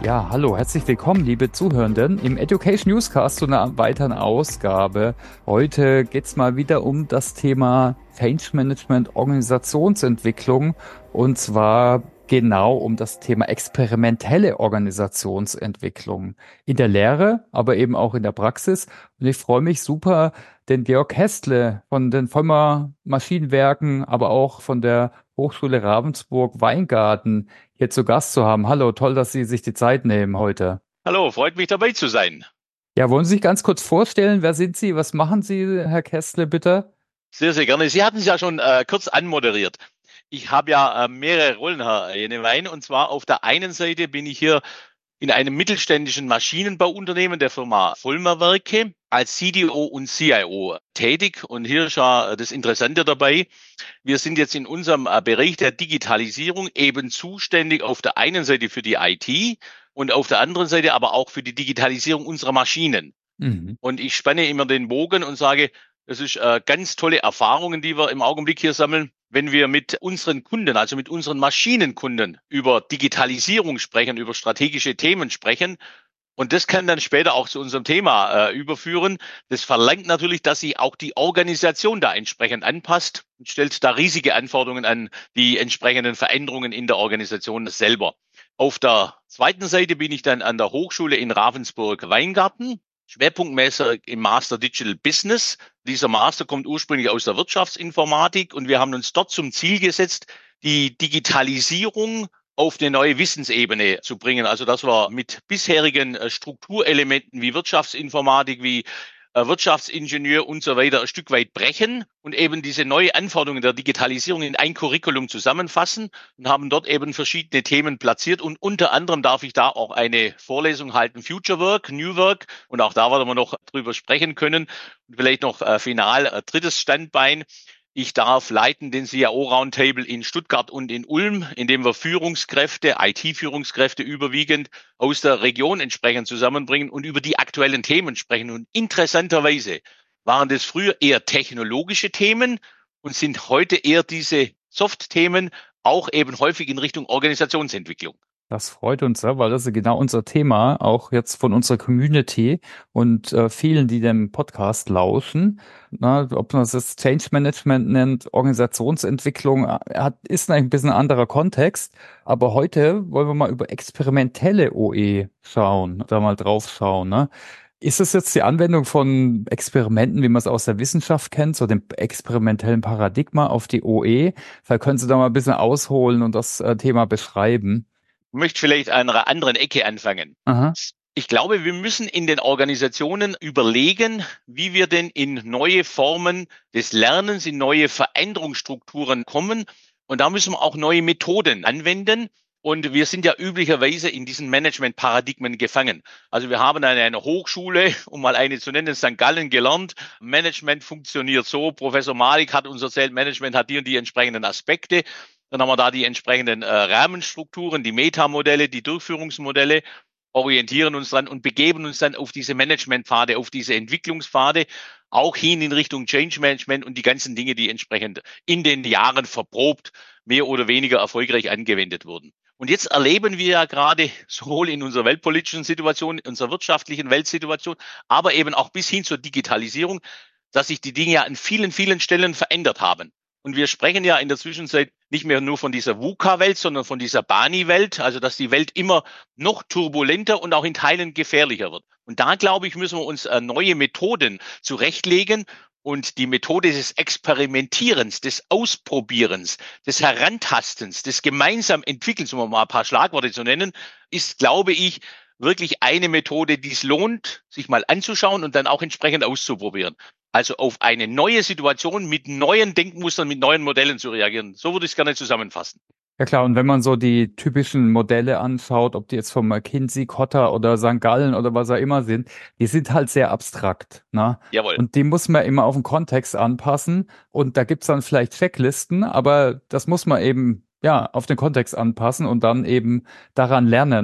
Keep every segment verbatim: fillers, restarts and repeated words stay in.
Ja, hallo, herzlich willkommen, liebe Zuhörenden, im Education Newscast zu einer weiteren Ausgabe. Heute geht's mal wieder um das Thema Change Management, Organisationsentwicklung, und zwar genau um das Thema experimentelle Organisationsentwicklung in der Lehre, aber eben auch in der Praxis. Und ich freue mich super, den Georg Hästle von den Vollmer Maschinenwerken, aber auch von der Hochschule Ravensburg-Weingarten hier zu Gast zu haben. Hallo, toll, dass Sie sich die Zeit nehmen heute. Hallo, freut mich dabei zu sein. Ja, wollen Sie sich ganz kurz vorstellen? Wer sind Sie? Was machen Sie, Herr Kästle, bitte? Sehr, sehr gerne. Sie hatten es ja schon äh, kurz anmoderiert. Ich habe ja äh, mehrere Rollen, Herr Jenewein. Und zwar auf der einen Seite bin ich hier in einem mittelständischen Maschinenbauunternehmen der Firma Vollmer Werke als C D O und C I O tätig. Und hier ist ja das Interessante dabei. Wir sind jetzt in unserem äh, Bereich der Digitalisierung eben zuständig auf der einen Seite für die I T und auf der anderen Seite aber auch für die Digitalisierung unserer Maschinen. Mhm. Und ich spanne immer den Bogen und sage, das ist äh, ganz tolle Erfahrungen, die wir im Augenblick hier sammeln, wenn wir mit unseren Kunden, also mit unseren Maschinenkunden über Digitalisierung sprechen, über strategische Themen sprechen. Und das kann dann später auch zu unserem Thema äh, überführen. Das verlangt natürlich, dass sich auch die Organisation da entsprechend anpasst und stellt da riesige Anforderungen an die entsprechenden Veränderungen in der Organisation selber. Auf der zweiten Seite bin ich dann an der Hochschule in Ravensburg-Weingarten, schwerpunktmäßig im Master Digital Business. Dieser Master kommt ursprünglich aus der Wirtschaftsinformatik und wir haben uns dort zum Ziel gesetzt, die Digitalisierung auf eine neue Wissensebene zu bringen. Also dass wir mit bisherigen äh, Strukturelementen wie Wirtschaftsinformatik, wie äh, Wirtschaftsingenieur und so weiter ein Stück weit brechen und eben diese neue Anforderungen der Digitalisierung in ein Curriculum zusammenfassen und haben dort eben verschiedene Themen platziert. Und unter anderem darf ich da auch eine Vorlesung halten, Future Work, New Work. Und auch da werden wir noch drüber sprechen können. Und vielleicht noch äh, final äh, drittes Standbein. Ich darf leiten den C I O Roundtable in Stuttgart und in Ulm, in dem wir Führungskräfte, I T-Führungskräfte überwiegend aus der Region entsprechend zusammenbringen und über die aktuellen Themen sprechen. Und interessanterweise waren das früher eher technologische Themen und sind heute eher diese Soft-Themen, auch eben häufig in Richtung Organisationsentwicklung. Das freut uns sehr, weil das ist genau unser Thema, auch jetzt von unserer Community und äh, vielen, die dem Podcast lauschen. Na, ob man das jetzt Change Management nennt, Organisationsentwicklung, äh, hat, ist eigentlich ein bisschen ein anderer Kontext. Aber heute wollen wir mal über experimentelle O E schauen, da mal drauf schauen. Ne? Ist es jetzt die Anwendung von Experimenten, wie man es aus der Wissenschaft kennt, so dem experimentellen Paradigma auf die O E? Vielleicht können Sie da mal ein bisschen ausholen und das äh, Thema beschreiben. Ich möchte vielleicht an einer anderen Ecke anfangen. Aha. Ich glaube, wir müssen in den Organisationen überlegen, wie wir denn in neue Formen des Lernens, in neue Veränderungsstrukturen kommen. Und da müssen wir auch neue Methoden anwenden. Und wir sind ja üblicherweise in diesen Management-Paradigmen gefangen. Also wir haben an einer Hochschule, um mal eine zu nennen, Sankt Gallen gelernt. Management funktioniert so. Professor Malik hat uns erzählt, Management hat die und die entsprechenden Aspekte. Dann haben wir da die entsprechenden äh, Rahmenstrukturen, die Metamodelle, die Durchführungsmodelle, orientieren uns dran und begeben uns dann auf diese Managementpfade, auf diese Entwicklungspfade, auch hin in Richtung Change Management und die ganzen Dinge, die entsprechend in den Jahren verprobt, mehr oder weniger erfolgreich angewendet wurden. Und jetzt erleben wir ja gerade sowohl in unserer weltpolitischen Situation, in unserer wirtschaftlichen Weltsituation, aber eben auch bis hin zur Digitalisierung, dass sich die Dinge ja an vielen, vielen Stellen verändert haben. Und wir sprechen ja in der Zwischenzeit nicht mehr nur von dieser VUCA-Welt, sondern von dieser BANI-Welt, also dass die Welt immer noch turbulenter und auch in Teilen gefährlicher wird. Und da, glaube ich, müssen wir uns neue Methoden zurechtlegen. Und die Methode des Experimentierens, des Ausprobierens, des Herantastens, des gemeinsam Entwickelns, um mal ein paar Schlagworte zu nennen, ist, glaube ich, wirklich eine Methode, die es lohnt, sich mal anzuschauen und dann auch entsprechend auszuprobieren. Also auf eine neue Situation mit neuen Denkmustern, mit neuen Modellen zu reagieren. So würde ich es gerne zusammenfassen. Ja klar, und wenn man so die typischen Modelle anschaut, ob die jetzt von McKinsey, Kotter oder Sankt Gallen oder was auch immer sind, die sind halt sehr abstrakt, ne? Jawohl. Und die muss man immer auf den Kontext anpassen. Und da gibt's dann vielleicht Checklisten, aber das muss man eben ja auf den Kontext anpassen und dann eben daran lernen.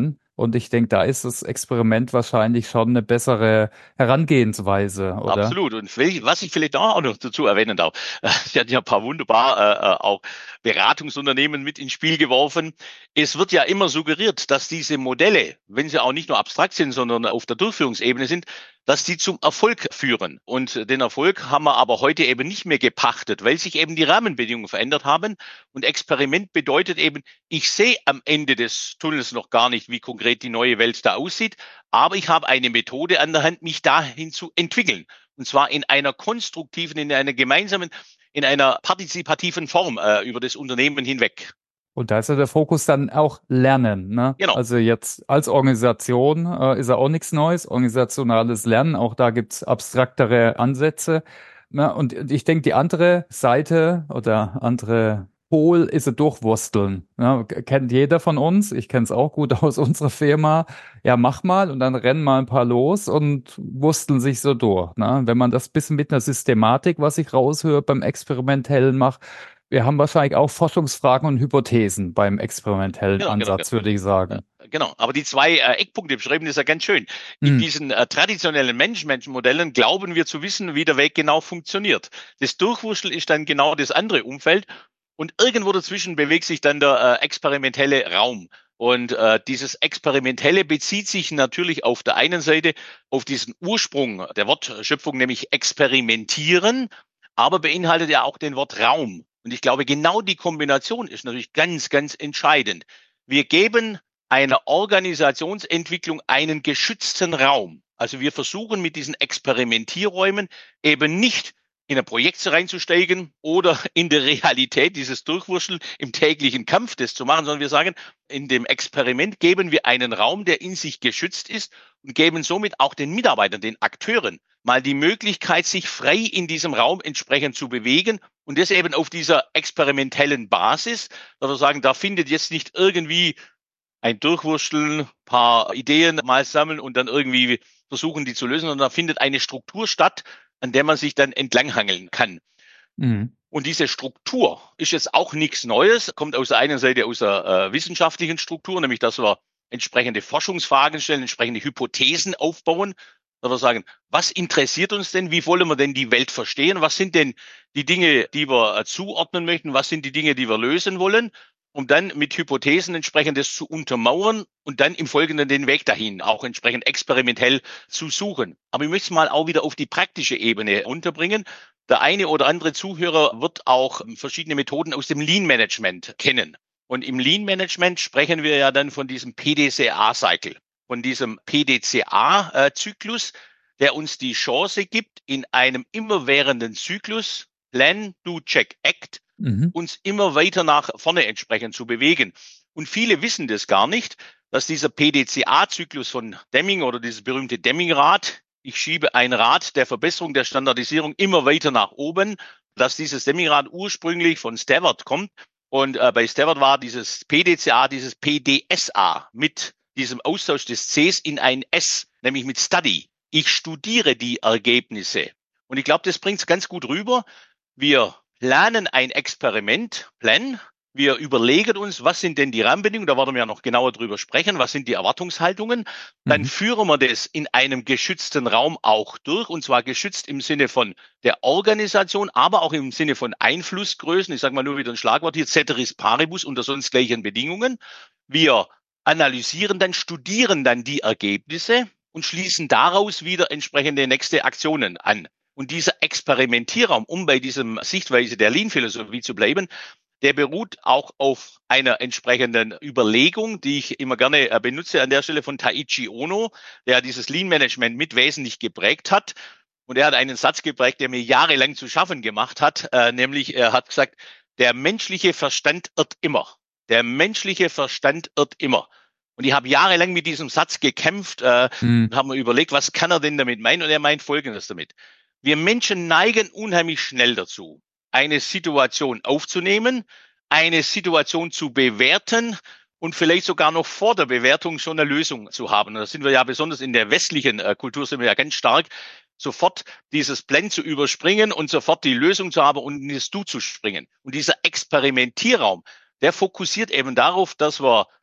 Und ich denke, da ist das Experiment wahrscheinlich schon eine bessere Herangehensweise, oder? Absolut. Und was ich vielleicht auch noch dazu erwähnen darf, Sie hatten ja ein paar wunderbar äh, auch Beratungsunternehmen mit ins Spiel geworfen. Es wird ja immer suggeriert, dass diese Modelle, wenn sie auch nicht nur abstrakt sind, sondern auf der Durchführungsebene sind, dass die zum Erfolg führen. Und den Erfolg haben wir aber heute eben nicht mehr gepachtet, weil sich eben die Rahmenbedingungen verändert haben. Und Experiment bedeutet eben, ich sehe am Ende des Tunnels noch gar nicht, wie konkret die neue Welt da aussieht. Aber ich habe eine Methode an der Hand, mich dahin zu entwickeln. Und zwar in einer konstruktiven, in einer gemeinsamen, in einer partizipativen Form äh, über das Unternehmen hinweg. Und da ist ja der Fokus dann auch Lernen, ne? Genau. Also jetzt als Organisation äh, ist ja auch nichts Neues, organisationales Lernen, auch da gibt's abstraktere Ansätze. Ne? Und ich denke, die andere Seite oder andere Pol ist ja Durchwursteln. Ne? Kennt jeder von uns, ich kenne es auch gut aus unserer Firma. Ja, mach mal und dann rennen mal ein paar los und wursteln sich so durch. Ne? Wenn man das bisschen mit einer Systematik, was ich raushöre, beim Experimentellen macht, wir haben wahrscheinlich auch Forschungsfragen und Hypothesen beim experimentellen Genau, genau, genau. Ansatz, würde ich sagen. Genau, aber die zwei äh, Eckpunkte beschreiben das ja ganz schön. In Hm. diesen äh, traditionellen Mensch-Mensch-Modellen glauben wir zu wissen, wie der Weg genau funktioniert. Das Durchwurschteln ist dann genau das andere Umfeld und irgendwo dazwischen bewegt sich dann der äh, experimentelle Raum. Und äh, dieses Experimentelle bezieht sich natürlich auf der einen Seite auf diesen Ursprung der Wortschöpfung, nämlich experimentieren, aber beinhaltet ja auch den Wort Raum. Und ich glaube, genau die Kombination ist natürlich ganz, ganz entscheidend. Wir geben einer Organisationsentwicklung einen geschützten Raum. Also wir versuchen mit diesen Experimentierräumen eben nicht in ein Projekt reinzusteigen oder in der Realität dieses Durchwurschteln im täglichen Kampf das zu machen, sondern wir sagen, in dem Experiment geben wir einen Raum, der in sich geschützt ist und geben somit auch den Mitarbeitern, den Akteuren mal die Möglichkeit, sich frei in diesem Raum entsprechend zu bewegen und das eben auf dieser experimentellen Basis, dass wir sagen, da findet jetzt nicht irgendwie ein Durchwursteln, paar Ideen mal sammeln und dann irgendwie versuchen, die zu lösen, sondern da findet eine Struktur statt, an der man sich dann entlanghangeln kann. Mhm. Und diese Struktur ist jetzt auch nichts Neues, kommt aus der einen Seite aus der äh, wissenschaftlichen Struktur, nämlich dass wir entsprechende Forschungsfragen stellen, entsprechende Hypothesen aufbauen, dass wir sagen, was interessiert uns denn, wie wollen wir denn die Welt verstehen, was sind denn die Dinge, die wir äh, zuordnen möchten, was sind die Dinge, die wir lösen wollen, um dann mit Hypothesen entsprechend das zu untermauern und dann im Folgenden den Weg dahin auch entsprechend experimentell zu suchen. Aber ich möchte es mal auch wieder auf die praktische Ebene unterbringen. Der eine oder andere Zuhörer wird auch verschiedene Methoden aus dem Lean Management kennen. Und im Lean Management sprechen wir ja dann von diesem P D C A-Cycle, von diesem P D C A-Zyklus, der uns die Chance gibt, in einem immerwährenden Zyklus, Plan, Do, Check, Act, Mhm. uns immer weiter nach vorne entsprechend zu bewegen. Und viele wissen das gar nicht, dass dieser P D C A-Zyklus von Deming oder dieses berühmte Deming-Rad, ich schiebe ein Rad der Verbesserung der Standardisierung immer weiter nach oben, dass dieses Deming-Rad ursprünglich von Stewart kommt. Und äh, bei Stewart war dieses P D C A, dieses P D S A mit diesem Austausch des Cs in ein S, nämlich mit Study. Ich studiere die Ergebnisse. Und ich glaube, das bringt es ganz gut rüber. Wir planen ein Experiment, Plan. Wir überlegen uns, was sind denn die Rahmenbedingungen, da werden wir ja noch genauer drüber sprechen, was sind die Erwartungshaltungen. Dann Mhm. führen wir das in einem geschützten Raum auch durch, und zwar geschützt im Sinne von der Organisation, aber auch im Sinne von Einflussgrößen. Ich sage mal nur wieder ein Schlagwort hier, Ceteris Paribus unter sonst gleichen Bedingungen. Wir analysieren dann, studieren dann die Ergebnisse und schließen daraus wieder entsprechende nächste Aktionen an. Und dieser Experimentierraum, um bei diesem Sichtweise der Lean-Philosophie zu bleiben, der beruht auch auf einer entsprechenden Überlegung, die ich immer gerne benutze an der Stelle von Taiichi Ohno, der dieses Lean-Management mit wesentlich geprägt hat. Und er hat einen Satz geprägt, der mir jahrelang zu schaffen gemacht hat, äh, nämlich er hat gesagt, der menschliche Verstand irrt immer. Der menschliche Verstand irrt immer. Und ich habe jahrelang mit diesem Satz gekämpft äh, Mhm. und habe mir überlegt, was kann er denn damit meinen? Und er meint Folgendes damit. Wir Menschen neigen unheimlich schnell dazu, eine Situation aufzunehmen, eine Situation zu bewerten und vielleicht sogar noch vor der Bewertung schon eine Lösung zu haben. Und da sind wir ja besonders in der westlichen äh, Kultur sind wir ja ganz stark, sofort dieses Plan zu überspringen und sofort die Lösung zu haben und in das Du zu springen. Und dieser Experimentierraum, der fokussiert eben darauf, dass wir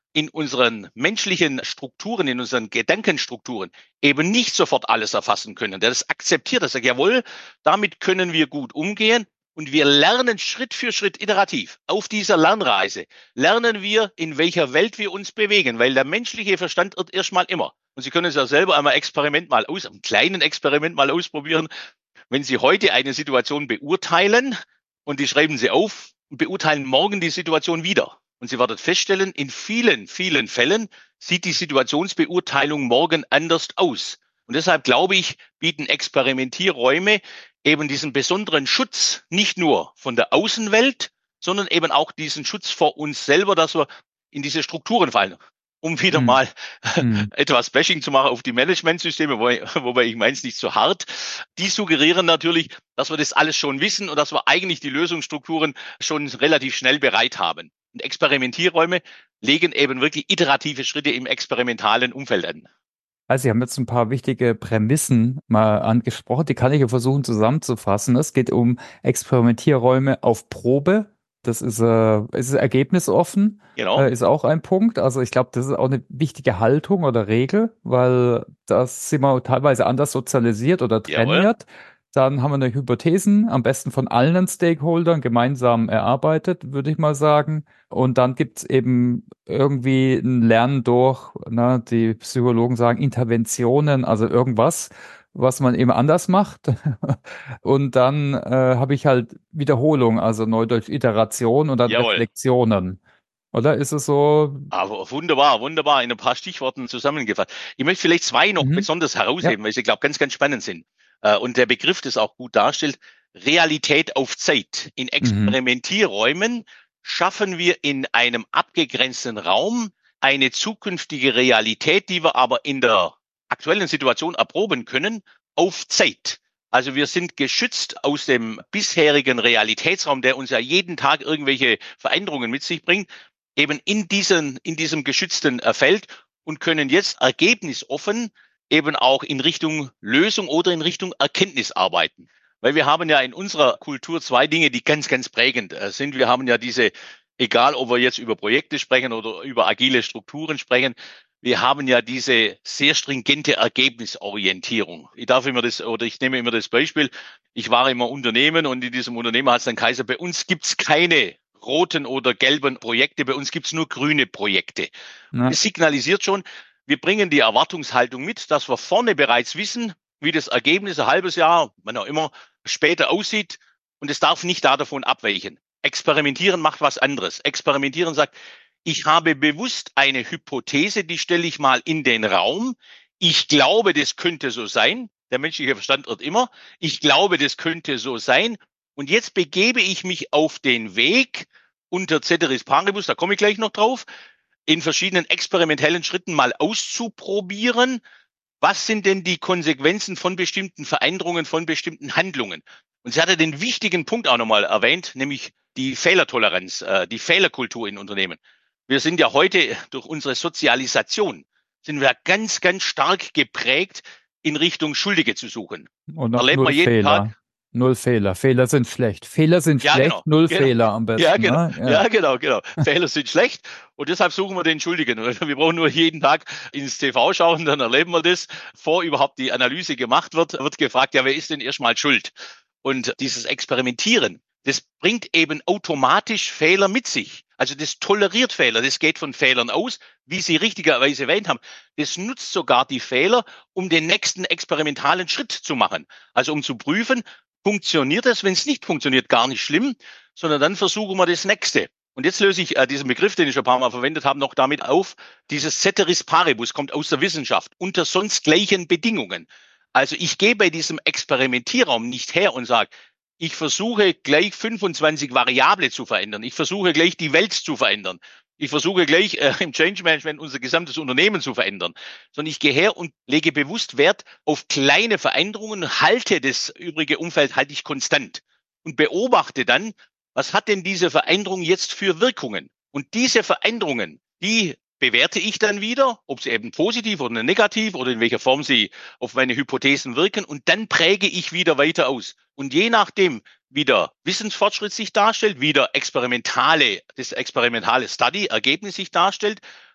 in unseren menschlichen Strukturen, in unseren Gedankenstrukturen eben nicht sofort alles erfassen können, der das akzeptiert, der sagt, jawohl, damit können wir gut umgehen. Und wir lernen Schritt für Schritt iterativ. Auf dieser Lernreise lernen wir, in welcher Welt wir uns bewegen, weil der menschliche Verstand irrt erstmal immer. Und Sie können es ja selber einmal Experiment mal aus, einem kleinen Experiment mal ausprobieren. Wenn Sie heute eine Situation beurteilen und die schreiben Sie auf und beurteilen morgen die Situation wieder. Und Sie werden feststellen, in vielen, vielen Fällen sieht die Situationsbeurteilung morgen anders aus. Und deshalb glaube ich, bieten Experimentierräume eben diesen besonderen Schutz nicht nur von der Außenwelt, sondern eben auch diesen Schutz vor uns selber, dass wir in diese Strukturen fallen. Um wieder hm. mal hm. etwas Bashing zu machen auf die Managementsysteme, wobei, wobei ich meine es nicht so hart. Die suggerieren natürlich, dass wir das alles schon wissen und dass wir eigentlich die Lösungsstrukturen schon relativ schnell bereit haben. Und Experimentierräume legen eben wirklich iterative Schritte im experimentalen Umfeld an. Also Sie haben jetzt ein paar wichtige Prämissen mal angesprochen, die kann ich ja versuchen zusammenzufassen. Es geht um Experimentierräume auf Probe. Das ist, äh, ist ergebnisoffen, genau. äh, ist auch ein Punkt. Also ich glaube, das ist auch eine wichtige Haltung oder Regel, weil das sind wir teilweise anders sozialisiert oder trainiert. Jawohl. Dann haben wir eine Hypothesen, am besten von allen Stakeholdern gemeinsam erarbeitet, würde ich mal sagen. Und dann gibt's eben irgendwie ein Lernen durch, ne, die Psychologen sagen Interventionen, also irgendwas, was man eben anders macht. Und dann äh, habe ich halt Wiederholung, also Neudeutsch Iteration und dann Jawohl. Reflexionen. Oder ist es so? Aber wunderbar, wunderbar, in ein paar Stichworten zusammengefasst. Ich möchte vielleicht zwei noch mhm. besonders herausheben, ja. weil sie, glaube ich, ganz, ganz spannend sind. Und der Begriff das auch gut darstellt, Realität auf Zeit. In Experimentierräumen schaffen wir in einem abgegrenzten Raum eine zukünftige Realität, die wir aber in der aktuellen Situation erproben können, auf Zeit. Also wir sind geschützt aus dem bisherigen Realitätsraum, der uns ja jeden Tag irgendwelche Veränderungen mit sich bringt, eben in diesen, in diesem geschützten Feld und können jetzt ergebnisoffen eben auch in Richtung Lösung oder in Richtung Erkenntnis arbeiten. Weil wir haben ja in unserer Kultur zwei Dinge, die ganz, ganz prägend sind. Wir haben ja diese, egal ob wir jetzt über Projekte sprechen oder über agile Strukturen sprechen, wir haben ja diese sehr stringente Ergebnisorientierung. Ich darf immer das, oder ich nehme immer das Beispiel, ich war immer Unternehmen und in diesem Unternehmen hat es dann geheißen, bei uns gibt's keine roten oder gelben Projekte, bei uns gibt's nur grüne Projekte. Ja. Das signalisiert schon, wir bringen die Erwartungshaltung mit, dass wir vorne bereits wissen, wie das Ergebnis ein halbes Jahr, wann auch immer, später aussieht. Und es darf nicht da davon abweichen. Experimentieren macht was anderes. Experimentieren sagt, ich habe bewusst eine Hypothese, die stelle ich mal in den Raum. Ich glaube, das könnte so sein. Der menschliche Verstand irrt immer. Ich glaube, das könnte so sein. Und jetzt begebe ich mich auf den Weg unter Ceteris Paribus, da komme ich gleich noch drauf, in verschiedenen experimentellen Schritten mal auszuprobieren, was sind denn die Konsequenzen von bestimmten Veränderungen, von bestimmten Handlungen. Und sie hatte den wichtigen Punkt auch nochmal erwähnt, nämlich die Fehlertoleranz, äh, die Fehlerkultur in Unternehmen. Wir sind ja heute durch unsere Sozialisation, sind wir ganz, ganz stark geprägt, in Richtung Schuldige zu suchen. Und erleben wir jeden Fehler. Tag. Null Fehler. Fehler sind schlecht. Fehler sind ja, schlecht, genau, null genau. Fehler am besten. Ja, genau. Ne? Ja. ja, genau, genau. Fehler sind schlecht und deshalb suchen wir den Schuldigen. Wir brauchen nur jeden Tag ins T V schauen, dann erleben wir das. Vor überhaupt die Analyse gemacht wird, wird gefragt, ja, wer ist denn erstmal schuld? Und dieses Experimentieren, das bringt eben automatisch Fehler mit sich. Also das toleriert Fehler, das geht von Fehlern aus, wie Sie richtigerweise erwähnt haben. Das nutzt sogar die Fehler, um den nächsten experimentalen Schritt zu machen. Also um zu prüfen, funktioniert das? Wenn es nicht funktioniert, gar nicht schlimm, sondern dann versuchen wir das Nächste. Und jetzt löse ich äh, diesen Begriff, den ich schon ein paar Mal verwendet habe, noch damit auf. Dieses Ceteris Paribus kommt aus der Wissenschaft, unter sonst gleichen Bedingungen. Also ich gehe bei diesem Experimentierraum nicht her und sage, ich versuche gleich fünfundzwanzig Variable zu verändern. Ich versuche gleich die Welt zu verändern. Ich versuche gleich äh, im Change Management unser gesamtes Unternehmen zu verändern. Sondern ich gehe her und lege bewusst Wert auf kleine Veränderungen, halte das übrige Umfeld, halte ich konstant und beobachte dann, was hat denn diese Veränderung jetzt für Wirkungen? Und diese Veränderungen, die bewerte ich dann wieder, ob sie eben positiv oder negativ oder in welcher Form sie auf meine Hypothesen wirken. Und dann präge ich wieder weiter aus. Und je nachdem, wie der Wissensfortschritt sich darstellt, wie der experimentale, das experimentale Study-Ergebnis sich darstellt,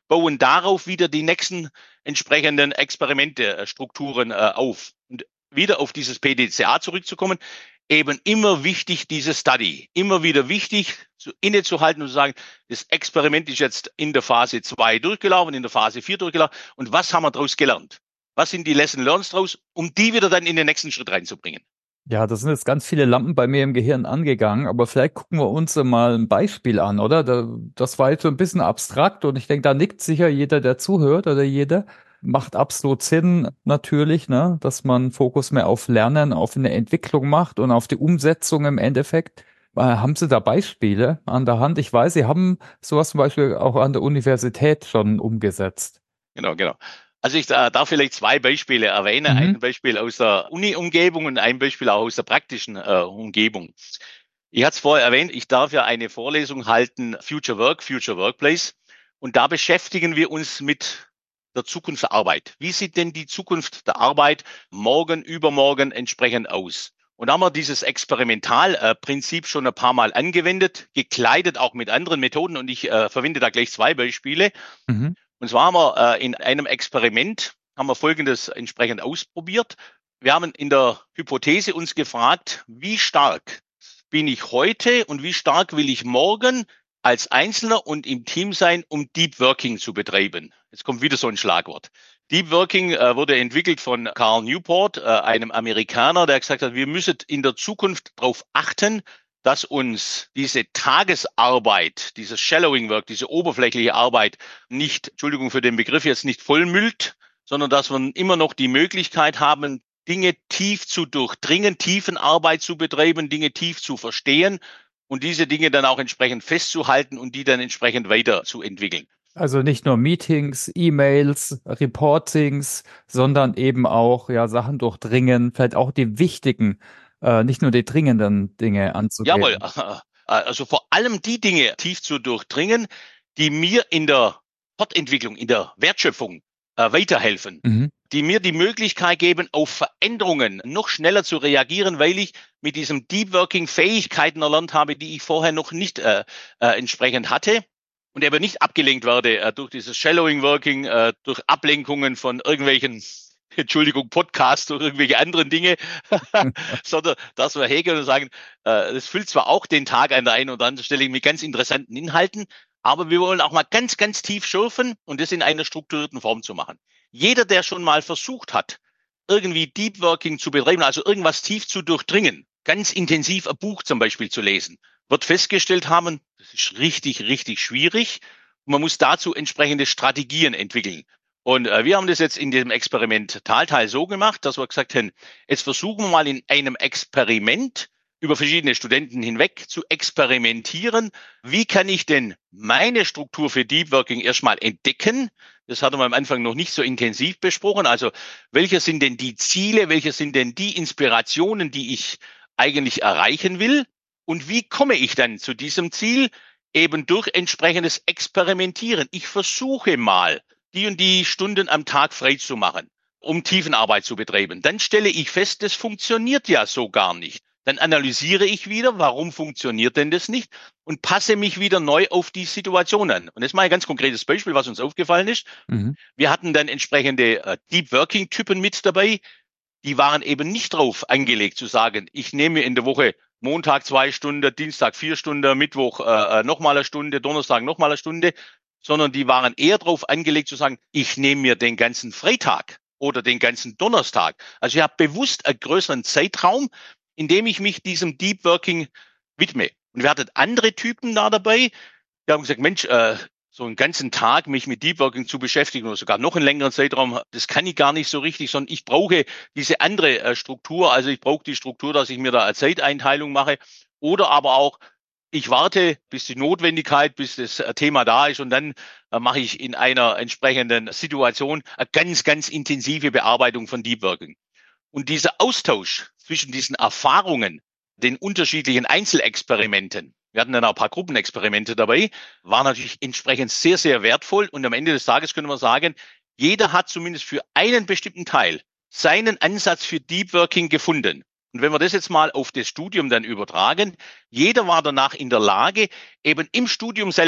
bauen darauf wieder die nächsten entsprechenden Experimente, Strukturen äh, auf. Und wieder auf dieses P D C A zurückzukommen, eben immer wichtig, diese Study, immer wieder wichtig, so innezuhalten und zu sagen, das Experiment ist jetzt in der Phase zwei durchgelaufen, in der Phase vier durchgelaufen. Und was haben wir daraus gelernt? Was sind die Lesson Learned daraus, um die wieder dann in den nächsten Schritt reinzubringen? Ja, das sind jetzt ganz viele Lampen bei mir im Gehirn angegangen, aber vielleicht gucken wir uns mal ein Beispiel an, oder? Da, das war jetzt so ein bisschen abstrakt und ich denke, da nickt sicher jeder, der zuhört oder jede. Macht absolut Sinn, natürlich, ne, dass man Fokus mehr auf Lernen, auf eine Entwicklung macht und auf die Umsetzung im Endeffekt. Äh, haben Sie da Beispiele an der Hand? Ich weiß, Sie haben sowas zum Beispiel auch an der Universität schon umgesetzt. Genau, genau. Also ich äh, darf vielleicht zwei Beispiele erwähnen. Mhm, Ein Beispiel aus der Uni-Umgebung und ein Beispiel auch aus der praktischen äh, Umgebung. Ich hatte es vorher erwähnt, ich darf ja eine Vorlesung halten, Future Work, Future Workplace. Und da beschäftigen wir uns mit der Zukunft der Arbeit. Wie sieht denn die Zukunft der Arbeit morgen, übermorgen entsprechend aus? Und da haben wir dieses Experimentalprinzip schon ein paar Mal angewendet, gekleidet auch mit anderen Methoden. Und ich äh, verwende da gleich zwei Beispiele. mhm. Und zwar haben wir äh, in einem Experiment haben wir Folgendes entsprechend ausprobiert. Wir haben in der Hypothese uns gefragt, wie stark bin ich heute und wie stark will ich morgen als Einzelner und im Team sein, um Deep Working zu betreiben. Jetzt kommt wieder so ein Schlagwort. Deep Working äh, wurde entwickelt von Carl Newport, äh, einem Amerikaner, der gesagt hat, wir müssen in der Zukunft darauf achten, dass uns diese Tagesarbeit, dieses Shallowing Work, diese oberflächliche Arbeit nicht, Entschuldigung für den Begriff, jetzt nicht vollmüllt, sondern dass wir immer noch die Möglichkeit haben, Dinge tief zu durchdringen, Tiefenarbeit zu betreiben, Dinge tief zu verstehen und diese Dinge dann auch entsprechend festzuhalten und die dann entsprechend weiterzuentwickeln. Also nicht nur Meetings, E-Mails, Reportings, sondern eben auch ja Sachen durchdringen, vielleicht auch die wichtigen, äh, nicht nur die dringenden Dinge Jawohl, anzugehen. also vor allem die Dinge tief zu durchdringen, die mir in der Fortentwicklung, in der Wertschöpfung äh, weiterhelfen, Mhm. die mir die Möglichkeit geben, auf Veränderungen noch schneller zu reagieren, weil ich mit diesem Deep Working Fähigkeiten erlernt habe, die ich vorher noch nicht äh, äh, entsprechend hatte und eben nicht abgelenkt werde äh, durch dieses Shallowing Working, äh, durch Ablenkungen von irgendwelchen, Entschuldigung, Podcasts oder irgendwelche anderen Dinge, sondern dass wir hergehen und sagen, äh, das füllt zwar auch den Tag an der einen oder anderen Stelle mit ganz interessanten Inhalten, aber wir wollen auch mal ganz, ganz tief schürfen und das in einer strukturierten Form zu machen. Jeder, der schon mal versucht hat, irgendwie Deep Working zu betreiben, also irgendwas tief zu durchdringen, ganz intensiv ein Buch zum Beispiel zu lesen, wird festgestellt haben, das ist richtig, richtig schwierig. Und man muss dazu entsprechende Strategien entwickeln. Und äh, wir haben das jetzt in dem Experimentalteil so gemacht, dass wir gesagt haben, jetzt versuchen wir mal in einem Experiment über verschiedene Studenten hinweg zu experimentieren. Wie kann ich denn meine Struktur für Deep Working erstmal entdecken? Das hatten wir am Anfang noch nicht so intensiv besprochen. Also, welche sind denn die Ziele? Welche sind denn die Inspirationen, die ich eigentlich erreichen will? Und wie komme ich dann zu diesem Ziel? Eben durch entsprechendes Experimentieren. Ich versuche mal, die und die Stunden am Tag frei zu machen, um Tiefenarbeit zu betreiben. Dann stelle ich fest, das funktioniert ja so gar nicht. Dann analysiere ich wieder, warum funktioniert denn das nicht und passe mich wieder neu auf die Situation an. Und jetzt mal ein ganz konkretes Beispiel, was uns aufgefallen ist. Mhm. Wir hatten dann entsprechende äh, Deep Working Typen mit dabei. Die waren eben nicht drauf angelegt zu sagen, ich nehme in der Woche Montag zwei Stunden, Dienstag vier Stunden, Mittwoch äh, nochmal eine Stunde, Donnerstag nochmal eine Stunde, sondern die waren eher darauf angelegt zu sagen, ich nehme mir den ganzen Freitag oder den ganzen Donnerstag. Also ich habe bewusst einen größeren Zeitraum, in dem ich mich diesem Deep Working widme. Und wir hatten andere Typen da dabei, die haben gesagt, Mensch, äh, so einen ganzen Tag mich mit Deep Working zu beschäftigen oder sogar noch einen längeren Zeitraum, das kann ich gar nicht so richtig, sondern ich brauche diese andere äh, Struktur. Also ich brauche die Struktur, dass ich mir da eine Zeiteinteilung mache oder aber auch, ich warte, bis die Notwendigkeit, bis das äh, Thema da ist und dann äh, mache ich in einer entsprechenden Situation eine ganz, ganz intensive Bearbeitung von Deep Working. Und dieser Austausch zwischen diesen Erfahrungen, den unterschiedlichen Einzelexperimenten, wir hatten dann auch ein paar Gruppenexperimente dabei, war natürlich entsprechend sehr, sehr wertvoll. Und am Ende des Tages können wir sagen, jeder hat zumindest für einen bestimmten Teil seinen Ansatz für Deep Working gefunden. Und wenn wir das jetzt mal auf das Studium dann übertragen, jeder war danach in der Lage, eben im Studium selber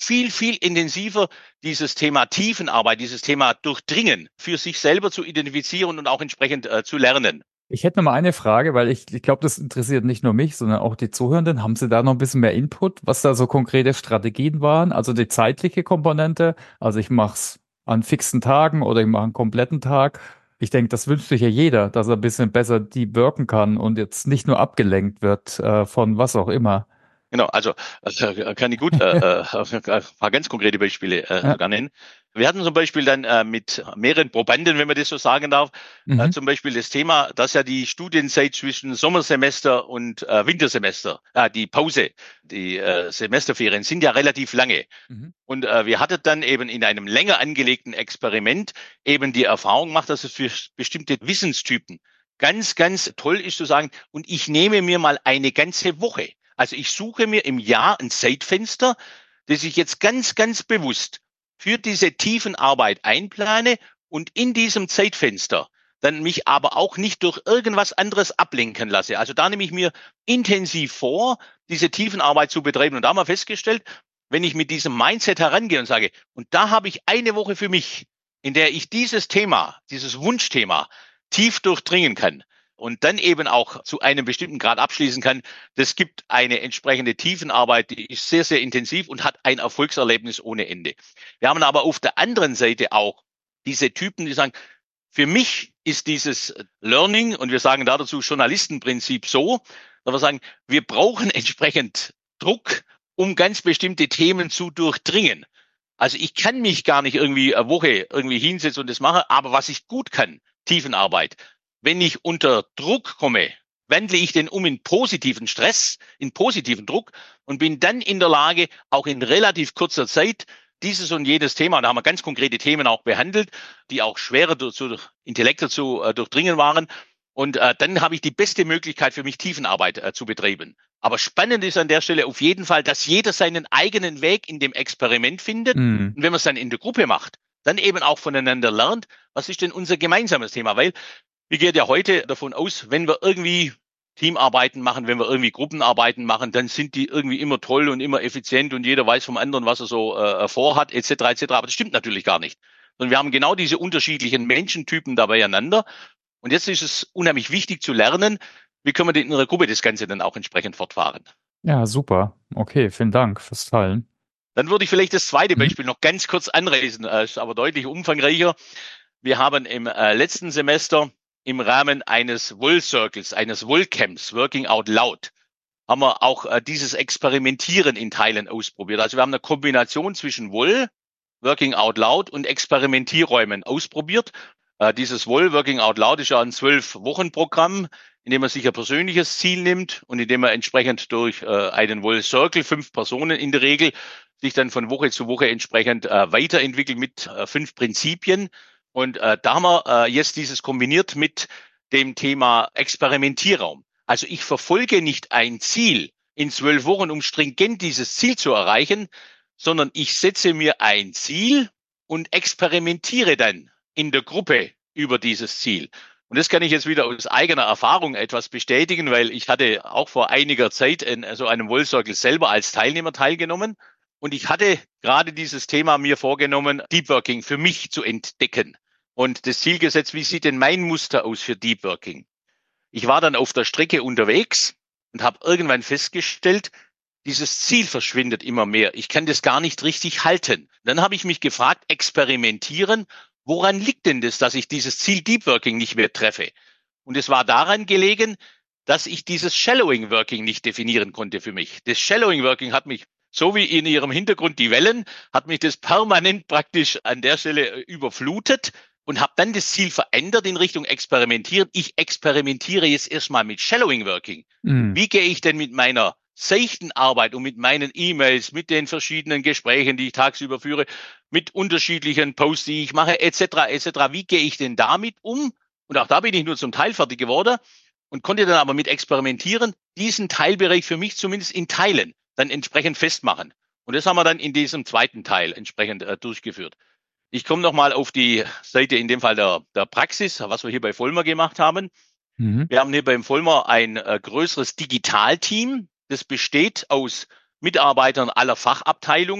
viel, viel intensiver dieses Thema Tiefenarbeit, dieses Thema Durchdringen für sich selber zu identifizieren und auch entsprechend äh, zu lernen. Ich hätte noch mal eine Frage, weil ich, ich glaube, das interessiert nicht nur mich, sondern auch die Zuhörenden. Haben Sie da noch ein bisschen mehr Input, was da so konkrete Strategien waren? Also die zeitliche Komponente. Also ich mache es an fixen Tagen oder ich mache einen kompletten Tag. Ich denke, das wünscht sich ja jeder, dass er ein bisschen besser die wirken kann und jetzt nicht nur abgelenkt wird äh, von was auch immer. Genau, also äh, kann ich gut äh, äh, ein paar ganz konkrete Beispiele äh, Ja. sogar nennen. Wir hatten zum Beispiel dann äh, mit mehreren Probanden, wenn man das so sagen darf, äh, Mhm. zum Beispiel das Thema, dass ja die Studienzeit zwischen Sommersemester und äh, Wintersemester, äh, die Pause, die äh, Semesterferien sind ja relativ lange. Mhm. Und äh, wir hatten dann eben in einem länger angelegten Experiment eben die Erfahrung gemacht, dass es für bestimmte Wissenstypen ganz, ganz toll ist zu sagen, und ich nehme mir mal eine ganze Woche. Also ich suche mir im Jahr ein Zeitfenster, das ich jetzt ganz, ganz bewusst für diese Tiefenarbeit einplane und in diesem Zeitfenster dann mich aber auch nicht durch irgendwas anderes ablenken lasse. Also da nehme ich mir intensiv vor, diese Tiefenarbeit zu betreiben. Und da haben wir festgestellt, wenn ich mit diesem Mindset herangehe und sage, und da habe ich eine Woche für mich, in der ich dieses Thema, dieses Wunschthema tief durchdringen kann und dann eben auch zu einem bestimmten Grad abschließen kann, das gibt eine entsprechende Tiefenarbeit, die ist sehr, sehr intensiv und hat ein Erfolgserlebnis ohne Ende. Wir haben aber auf der anderen Seite auch diese Typen, die sagen, für mich ist dieses Learning, und wir sagen da dazu Journalistenprinzip so, dass wir sagen, wir brauchen entsprechend Druck, um ganz bestimmte Themen zu durchdringen. Also ich kann mich gar nicht irgendwie eine Woche irgendwie hinsetzen und das mache, aber was ich gut kann, Tiefenarbeit. Wenn ich unter Druck komme, wandle ich den um in positiven Stress, in positiven Druck und bin dann in der Lage, auch in relativ kurzer Zeit dieses und jedes Thema, und da haben wir ganz konkrete Themen auch behandelt, die auch schwerer durch, durch Intellekte zu äh, durchdringen waren. Und äh, dann habe ich die beste Möglichkeit für mich, Tiefenarbeit äh, zu betreiben. Aber spannend ist an der Stelle auf jeden Fall, dass jeder seinen eigenen Weg in dem Experiment findet. Mhm. Und wenn man es dann in der Gruppe macht, dann eben auch voneinander lernt, was ist denn unser gemeinsames Thema? Weil wir gehen ja heute davon aus, wenn wir irgendwie Teamarbeiten machen, wenn wir irgendwie Gruppenarbeiten machen, dann sind die irgendwie immer toll und immer effizient und jeder weiß vom anderen, was er so äh, vorhat, et cetera et cetera. Aber das stimmt natürlich gar nicht. Sondern wir haben genau diese unterschiedlichen Menschentypen da beieinander. Und jetzt ist es unheimlich wichtig zu lernen, wie können wir denn in einer Gruppe das Ganze dann auch entsprechend fortfahren. Ja, super. Okay, vielen Dank fürs Teilen. Dann würde ich vielleicht das zweite Mhm. Beispiel noch ganz kurz anreißen, äh, ist aber deutlich umfangreicher. Wir haben im äh, letzten Semester im Rahmen eines Woll Circles, eines Woll Camps, Working Out Loud, haben wir auch äh, dieses Experimentieren in Teilen ausprobiert. Also wir haben eine Kombination zwischen Woll, Working Out Loud und Experimentierräumen ausprobiert. Äh, dieses Woll, Working Out Loud, ist ja ein zwölf-Wochen-Programm, in dem man sich ein persönliches Ziel nimmt und in dem man entsprechend durch äh, einen Woll Circle, fünf Personen in der Regel, sich dann von Woche zu Woche entsprechend äh, weiterentwickelt mit äh, fünf Prinzipien. Und äh, da haben wir äh, jetzt dieses kombiniert mit dem Thema Experimentierraum. Also ich verfolge nicht ein Ziel in zwölf Wochen, um stringent dieses Ziel zu erreichen, sondern ich setze mir ein Ziel und experimentiere dann in der Gruppe über dieses Ziel. Und das kann ich jetzt wieder aus eigener Erfahrung etwas bestätigen, weil ich hatte auch vor einiger Zeit in so einem Woll Circle selber als Teilnehmer teilgenommen. Und ich hatte gerade dieses Thema mir vorgenommen, Deep Working für mich zu entdecken. Und das Ziel gesetzt, wie sieht denn mein Muster aus für Deep Working? Ich war dann auf der Strecke unterwegs und habe irgendwann festgestellt, dieses Ziel verschwindet immer mehr. Ich kann das gar nicht richtig halten. Dann habe ich mich gefragt, experimentieren, woran liegt denn das, dass ich dieses Ziel Deep Working nicht mehr treffe? Und es war daran gelegen, dass ich dieses Shallowing Working nicht definieren konnte für mich. Das Shallowing Working hat mich, so wie in ihrem Hintergrund die Wellen, hat mich das permanent praktisch an der Stelle überflutet und habe dann das Ziel verändert in Richtung Experimentieren. Ich experimentiere jetzt erstmal mit Shallowing Working. Mhm. Wie gehe ich denn mit meiner seichten Arbeit und mit meinen E-Mails, mit den verschiedenen Gesprächen, die ich tagsüber führe, mit unterschiedlichen Posts, die ich mache, et cetera et cetera. Wie gehe ich denn damit um? Und auch da bin ich nur zum Teil fertig geworden und konnte dann aber mit Experimentieren diesen Teilbereich für mich zumindest in Teilen dann entsprechend festmachen. Und das haben wir dann in diesem zweiten Teil entsprechend äh, durchgeführt. Ich komme nochmal auf die Seite, in dem Fall der, der Praxis, was wir hier bei Vollmer gemacht haben. Mhm. Wir haben hier beim Vollmer ein äh, größeres Digitalteam. Das besteht aus Mitarbeitern aller Fachabteilungen.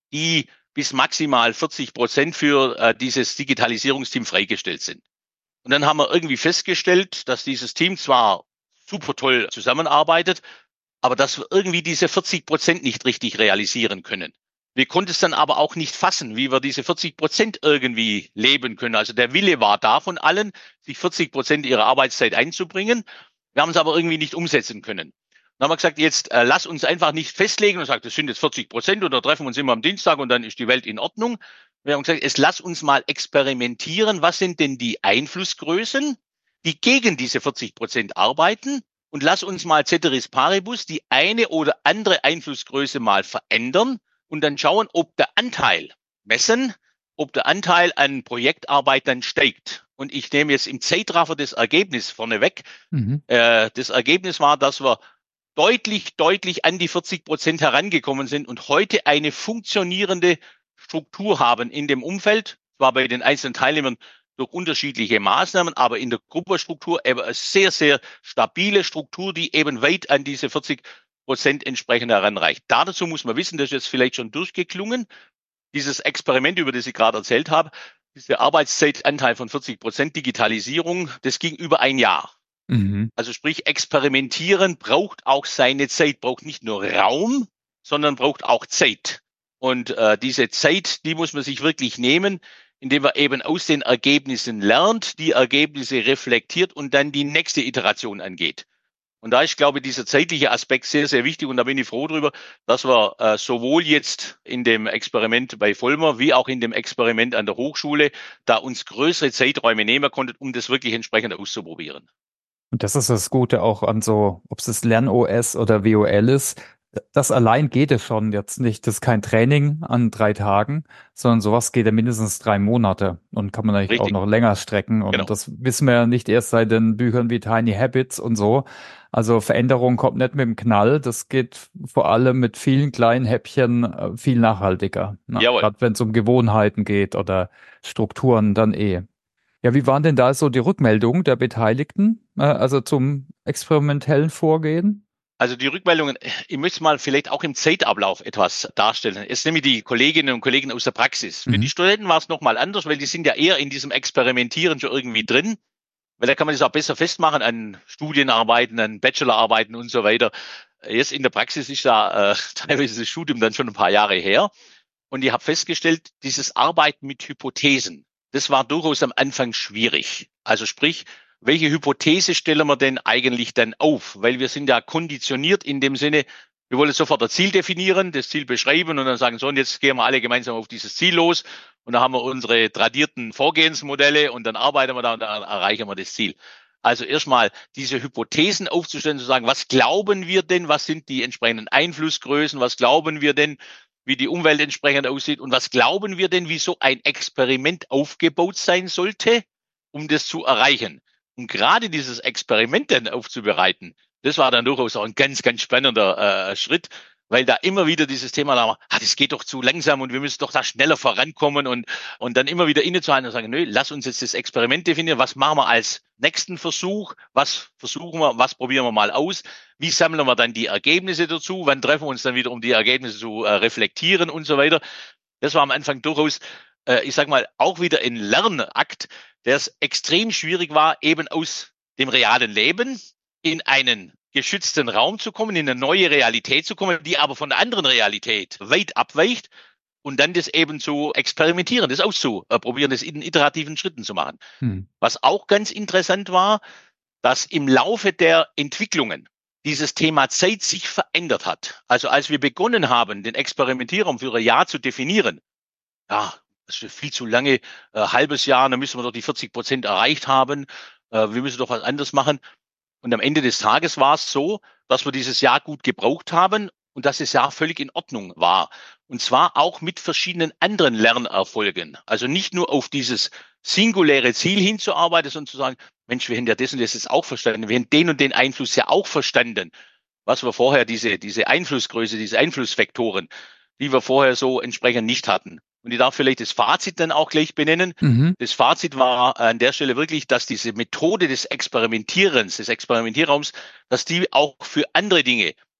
die bis maximal vierzig Prozent für äh, dieses Digitalisierungsteam freigestellt sind. Und dann haben wir irgendwie festgestellt, dass dieses Team zwar super toll zusammenarbeitet, aber dass wir irgendwie diese vierzig Prozent nicht richtig realisieren können. Wir konnten es dann aber auch nicht fassen, wie wir diese vierzig Prozent irgendwie leben können. Also der Wille war da von allen, sich vierzig Prozent ihrer Arbeitszeit einzubringen. Wir haben es aber irgendwie nicht umsetzen können. Dann haben wir gesagt, jetzt äh, lass uns einfach nicht festlegen und sagen, das sind jetzt vierzig Prozent und da treffen wir uns immer am Dienstag und dann ist die Welt in Ordnung. Wir haben gesagt, es lass uns mal experimentieren. Was sind denn die Einflussgrößen, die gegen diese vierzig Prozent arbeiten? Und lass uns mal Ceteris Paribus die eine oder andere Einflussgröße mal verändern und dann schauen, ob der Anteil messen, ob der Anteil an Projektarbeit dann steigt. Und ich nehme jetzt im Zeitraffer das Ergebnis vorneweg. Mhm. Äh, das Ergebnis war, dass wir deutlich, deutlich an die vierzig Prozent herangekommen sind und heute eine funktionierende Struktur haben in dem Umfeld, zwar bei den einzelnen Teilnehmern durch unterschiedliche Maßnahmen, aber in der Gruppenstruktur eben eine sehr, sehr stabile Struktur, die eben weit an diese vierzig Prozent entsprechend heranreicht. Dazu muss man wissen, das ist jetzt vielleicht schon durchgeklungen, dieses Experiment, über das ich gerade erzählt habe, dieser Arbeitszeitanteil von vierzig Prozent Digitalisierung, das ging über ein Jahr. Mhm. Also sprich, experimentieren braucht auch seine Zeit, braucht nicht nur Raum, sondern braucht auch Zeit. Und äh, diese Zeit, die muss man sich wirklich nehmen, indem man eben aus den Ergebnissen lernt, die Ergebnisse reflektiert und dann die nächste Iteration angeht. Und da ist, glaube ich, dieser zeitliche Aspekt sehr, sehr wichtig. Und da bin ich froh drüber, dass wir äh, sowohl jetzt in dem Experiment bei Vollmer wie auch in dem Experiment an der Hochschule da uns größere Zeiträume nehmen konnten, um das wirklich entsprechend auszuprobieren. Und das ist das Gute auch an so, ob es das LernO S oder W O L ist. Das allein geht es schon jetzt nicht. Das ist kein Training an drei Tagen, sondern sowas geht ja mindestens drei Monate und kann man eigentlich Richtig. Auch noch länger strecken. Und genau. Das wissen wir ja nicht erst seit den Büchern wie Tiny Habits und so. Also Veränderung kommt nicht mit dem Knall. Das geht vor allem mit vielen kleinen Häppchen viel nachhaltiger. Ne? Gerade wenn es um Gewohnheiten geht oder Strukturen, dann eh. Ja, wie waren denn da so die Rückmeldungen der Beteiligten, äh, also zum experimentellen Vorgehen? Also die Rückmeldungen, ich möchte mal vielleicht auch im Zeitablauf etwas darstellen. Jetzt nehme ich die Kolleginnen und Kollegen aus der Praxis. Mhm. Für die Studenten war es nochmal anders, weil die sind ja eher in diesem Experimentieren schon irgendwie drin. Weil da kann man das auch besser festmachen an Studienarbeiten, an Bachelorarbeiten und so weiter. Jetzt in der Praxis ist da äh, teilweise das Studium dann schon ein paar Jahre her. Und ich habe festgestellt, dieses Arbeiten mit Hypothesen, das war durchaus am Anfang schwierig. Also sprich, welche Hypothese stellen wir denn eigentlich dann auf? Weil wir sind ja konditioniert in dem Sinne, wir wollen sofort ein Ziel definieren, das Ziel beschreiben und dann sagen, so, und jetzt gehen wir alle gemeinsam auf dieses Ziel los. Und dann haben wir unsere tradierten Vorgehensmodelle und dann arbeiten wir da und dann erreichen wir das Ziel. Also erstmal diese Hypothesen aufzustellen, zu sagen, was glauben wir denn, was sind die entsprechenden Einflussgrößen, was glauben wir denn, wie die Umwelt entsprechend aussieht und was glauben wir denn, wie so ein Experiment aufgebaut sein sollte, um das zu erreichen. Und gerade dieses Experiment dann aufzubereiten, das war dann durchaus auch ein ganz, ganz spannender äh, Schritt, weil da immer wieder dieses Thema war, ah, das geht doch zu langsam und wir müssen doch da schneller vorankommen und, und dann immer wieder innezuhalten und sagen, nö, lass uns jetzt das Experiment definieren, was machen wir als nächsten Versuch, was versuchen wir, was probieren wir mal aus, wie sammeln wir dann die Ergebnisse dazu, wann treffen wir uns dann wieder, um die Ergebnisse zu äh, reflektieren und so weiter. Das war am Anfang durchaus, äh, ich sag mal, auch wieder ein Lernakt, der es extrem schwierig war, eben aus dem realen Leben in einen geschützten Raum zu kommen, in eine neue Realität zu kommen, die aber von der anderen Realität weit abweicht und dann das eben zu experimentieren, das auszuprobieren, das in iterativen Schritten zu machen. Hm. Was auch ganz interessant war, dass im Laufe der Entwicklungen dieses Thema Zeit sich verändert hat. Also als wir begonnen haben, den Experimentierraum für ein Jahr zu definieren, ja, das ist viel zu lange, äh, halbes Jahr, dann müssen wir doch die vierzig Prozent erreicht haben, äh, wir müssen doch was anderes machen. Und am Ende des Tages war es so, dass wir dieses Jahr gut gebraucht haben und dass das Jahr völlig in Ordnung war. Und zwar auch mit verschiedenen anderen Lernerfolgen. Also nicht nur auf dieses singuläre Ziel hinzuarbeiten, sondern zu sagen, Mensch, wir haben ja das und das jetzt auch verstanden. Wir haben den und den Einfluss ja auch verstanden. Was wir vorher, diese, diese Einflussgröße, diese Einflussvektoren, die wir vorher so entsprechend nicht hatten. Und ich darf vielleicht das Fazit dann auch gleich benennen. Mhm. Das Fazit war an der Stelle wirklich, dass diese Methode des Experimentierens, des Experimentierraums, dass die auch für andere Dinge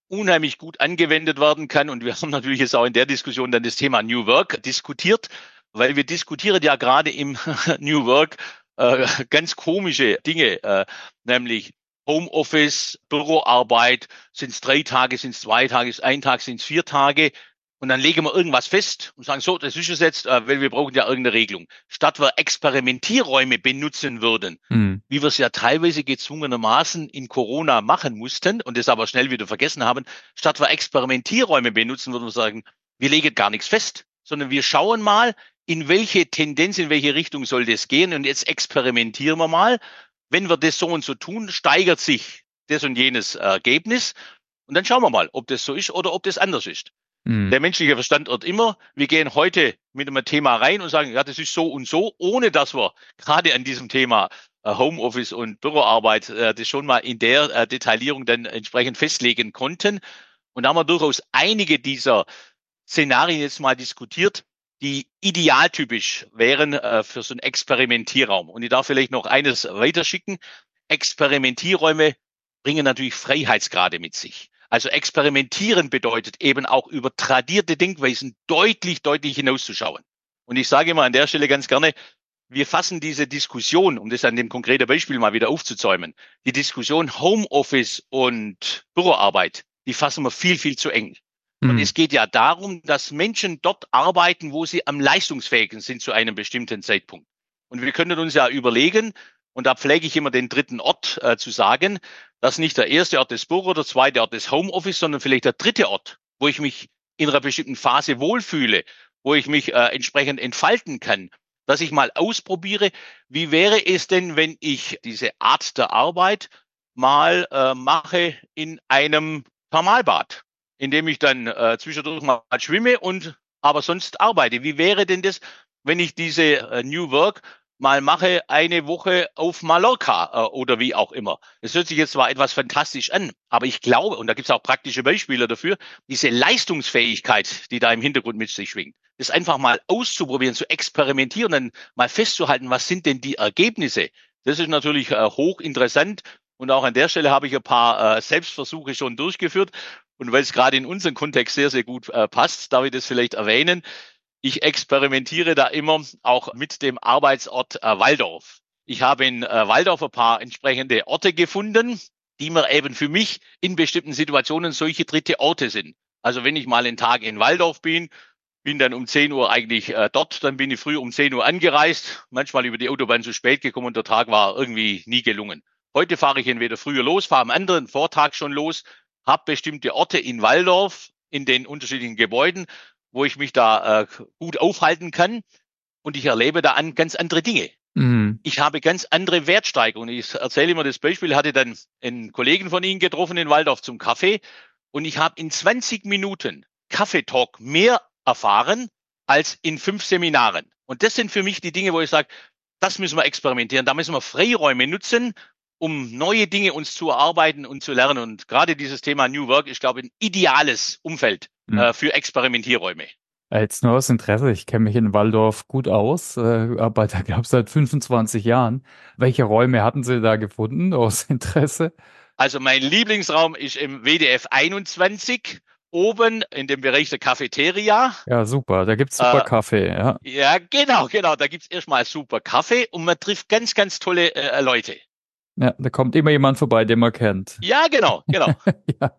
unheimlich gut angewendet werden kann. Und wir haben natürlich jetzt auch in der Diskussion dann das Thema New Work diskutiert, weil wir diskutieren ja gerade im New Work äh, ganz komische Dinge, äh, nämlich Homeoffice, Büroarbeit, sind es drei Tage, sind es zwei Tage, ist ein Tag, sind es vier Tage. Und dann legen wir irgendwas fest und sagen, so, das ist es jetzt, äh, weil wir brauchen ja irgendeine Regelung. Statt wir Experimentierräume benutzen würden, Mhm. wie wir es ja teilweise gezwungenermaßen in Corona machen mussten und das aber schnell wieder vergessen haben, statt wir Experimentierräume benutzen, würden wir sagen, wir legen gar nichts fest, sondern wir schauen mal, in welche Tendenz, in welche Richtung soll das gehen und jetzt experimentieren wir mal. Wenn wir das so und so tun, steigert sich das und jenes Ergebnis und dann schauen wir mal, ob das so ist oder ob das anders ist. Mhm. Der menschliche Verstand irrt immer. Wir gehen heute mit einem Thema rein und sagen, ja, das ist so und so, ohne dass wir gerade an diesem Thema äh, Homeoffice und Büroarbeit äh, das schon mal in der äh, Detaillierung dann entsprechend festlegen konnten. Und da haben wir durchaus einige dieser Szenarien jetzt mal diskutiert, die idealtypisch wären äh, für so einen Experimentierraum. Und ich darf vielleicht noch eines weiterschicken. Experimentierräume bringen natürlich Freiheitsgrade mit sich. Also experimentieren bedeutet eben auch über tradierte Denkweisen deutlich, deutlich hinauszuschauen. Und ich sage immer an der Stelle ganz gerne, wir fassen diese Diskussion, um das an dem konkreten Beispiel mal wieder aufzuzäumen, die Diskussion Homeoffice und Büroarbeit, die fassen wir viel, viel zu eng. Und Mhm. es geht ja darum, dass Menschen dort arbeiten, wo sie am leistungsfähigsten sind zu einem bestimmten Zeitpunkt. Und wir können uns ja überlegen, und da pflege ich immer den dritten Ort äh, zu sagen, dass nicht der erste Ort des Büro, der zweite Ort des Homeoffice, sondern vielleicht der dritte Ort, wo ich mich in einer bestimmten Phase wohlfühle, wo ich mich äh, entsprechend entfalten kann, dass ich mal ausprobiere, wie wäre es denn, wenn ich diese Art der Arbeit mal äh, mache in einem Thermalbad, in dem ich dann äh, zwischendurch mal schwimme und aber sonst arbeite. Wie wäre denn das, wenn ich diese äh, New Work mal mache eine Woche auf Mallorca äh, oder wie auch immer. Das hört sich jetzt zwar etwas fantastisch an, aber ich glaube, und da gibt es auch praktische Beispiele dafür, diese Leistungsfähigkeit, die da im Hintergrund mit sich schwingt, das einfach mal auszuprobieren, zu experimentieren, dann mal festzuhalten, was sind denn die Ergebnisse? Das ist natürlich äh, hochinteressant und auch an der Stelle habe ich ein paar äh, Selbstversuche schon durchgeführt und weil es gerade in unseren Kontext sehr, sehr gut äh, passt, darf ich das vielleicht erwähnen. Ich experimentiere da immer auch mit dem Arbeitsort äh, Walldorf. Ich habe in äh, Walldorf ein paar entsprechende Orte gefunden, die mir eben für mich in bestimmten Situationen solche dritte Orte sind. Also wenn ich mal einen Tag in Walldorf bin, bin dann um zehn Uhr eigentlich äh, dort, dann bin ich früh um zehn Uhr angereist, manchmal über die Autobahn zu spät gekommen und der Tag war irgendwie nie gelungen. Heute fahre ich entweder früher los, fahre am anderen Vortag schon los, habe bestimmte Orte in Walldorf, in den unterschiedlichen Gebäuden, wo ich mich da äh, gut aufhalten kann und ich erlebe da an ganz andere Dinge. Mhm. Ich habe ganz andere Wertsteigerungen. Ich erzähle immer das Beispiel, hatte dann einen Kollegen von Ihnen getroffen in Walldorf zum Kaffee und ich habe in zwanzig Minuten Kaffeetalk mehr erfahren als in fünf Seminaren. Und das sind für mich die Dinge, wo ich sage, das müssen wir experimentieren. Da müssen wir Freiräume nutzen, um neue Dinge uns zu erarbeiten und zu lernen. Und gerade dieses Thema New Work ist, glaube ich, ein ideales Umfeld Mhm. äh, für Experimentierräume. Jetzt nur aus Interesse, ich kenne mich in Walldorf gut aus, äh, aber da gab es seit fünfundzwanzig Jahren. Welche Räume hatten Sie da gefunden aus Interesse? Also mein Lieblingsraum ist im W D F einundzwanzig, oben in dem Bereich der Cafeteria. Ja, super, da gibt's super Äh, Kaffee, ja. ja, genau, genau. Da gibt's erstmal super Kaffee und man trifft ganz, ganz tolle äh, Leute. Ja, da kommt immer jemand vorbei, den man kennt. Ja, genau, genau. Ja.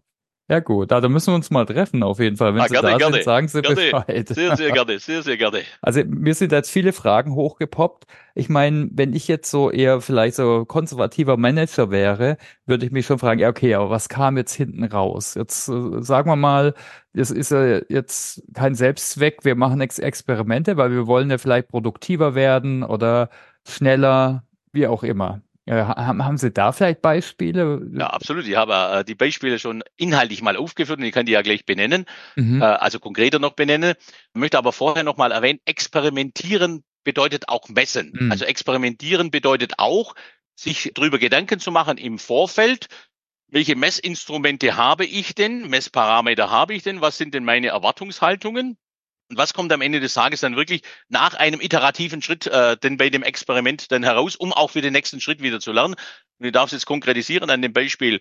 Ja gut, da, da müssen wir uns mal treffen auf jeden Fall. Wenn Ah, Sie gerne, da sind, gerne. sagen Sie Gerne. Bescheid. Sehr, sehr gerne, sehr, sehr gerne. Also mir sind jetzt viele Fragen hochgepoppt. Ich meine, wenn ich jetzt so eher vielleicht so konservativer Manager wäre, würde ich mich schon fragen, ja okay, aber was kam jetzt hinten raus? Jetzt äh, sagen wir mal, das ist ja jetzt kein Selbstzweck, wir machen Ex Experimente, weil wir wollen ja vielleicht produktiver werden oder schneller, wie auch immer. Äh, haben, haben Sie da vielleicht Beispiele? Ja, absolut. Ich habe äh, die Beispiele schon inhaltlich mal aufgeführt und ich kann die ja gleich benennen, Mhm. äh, also konkreter noch benennen. Ich möchte aber vorher noch mal erwähnen, experimentieren bedeutet auch messen. Mhm. Also experimentieren bedeutet auch, sich darüber Gedanken zu machen im Vorfeld, welche Messinstrumente habe ich denn, Messparameter habe ich denn, was sind denn meine Erwartungshaltungen? Und was kommt am Ende des Tages dann wirklich nach einem iterativen Schritt äh, denn bei dem Experiment dann heraus, um auch für den nächsten Schritt wieder zu lernen? Und ich darf es jetzt konkretisieren an dem Beispiel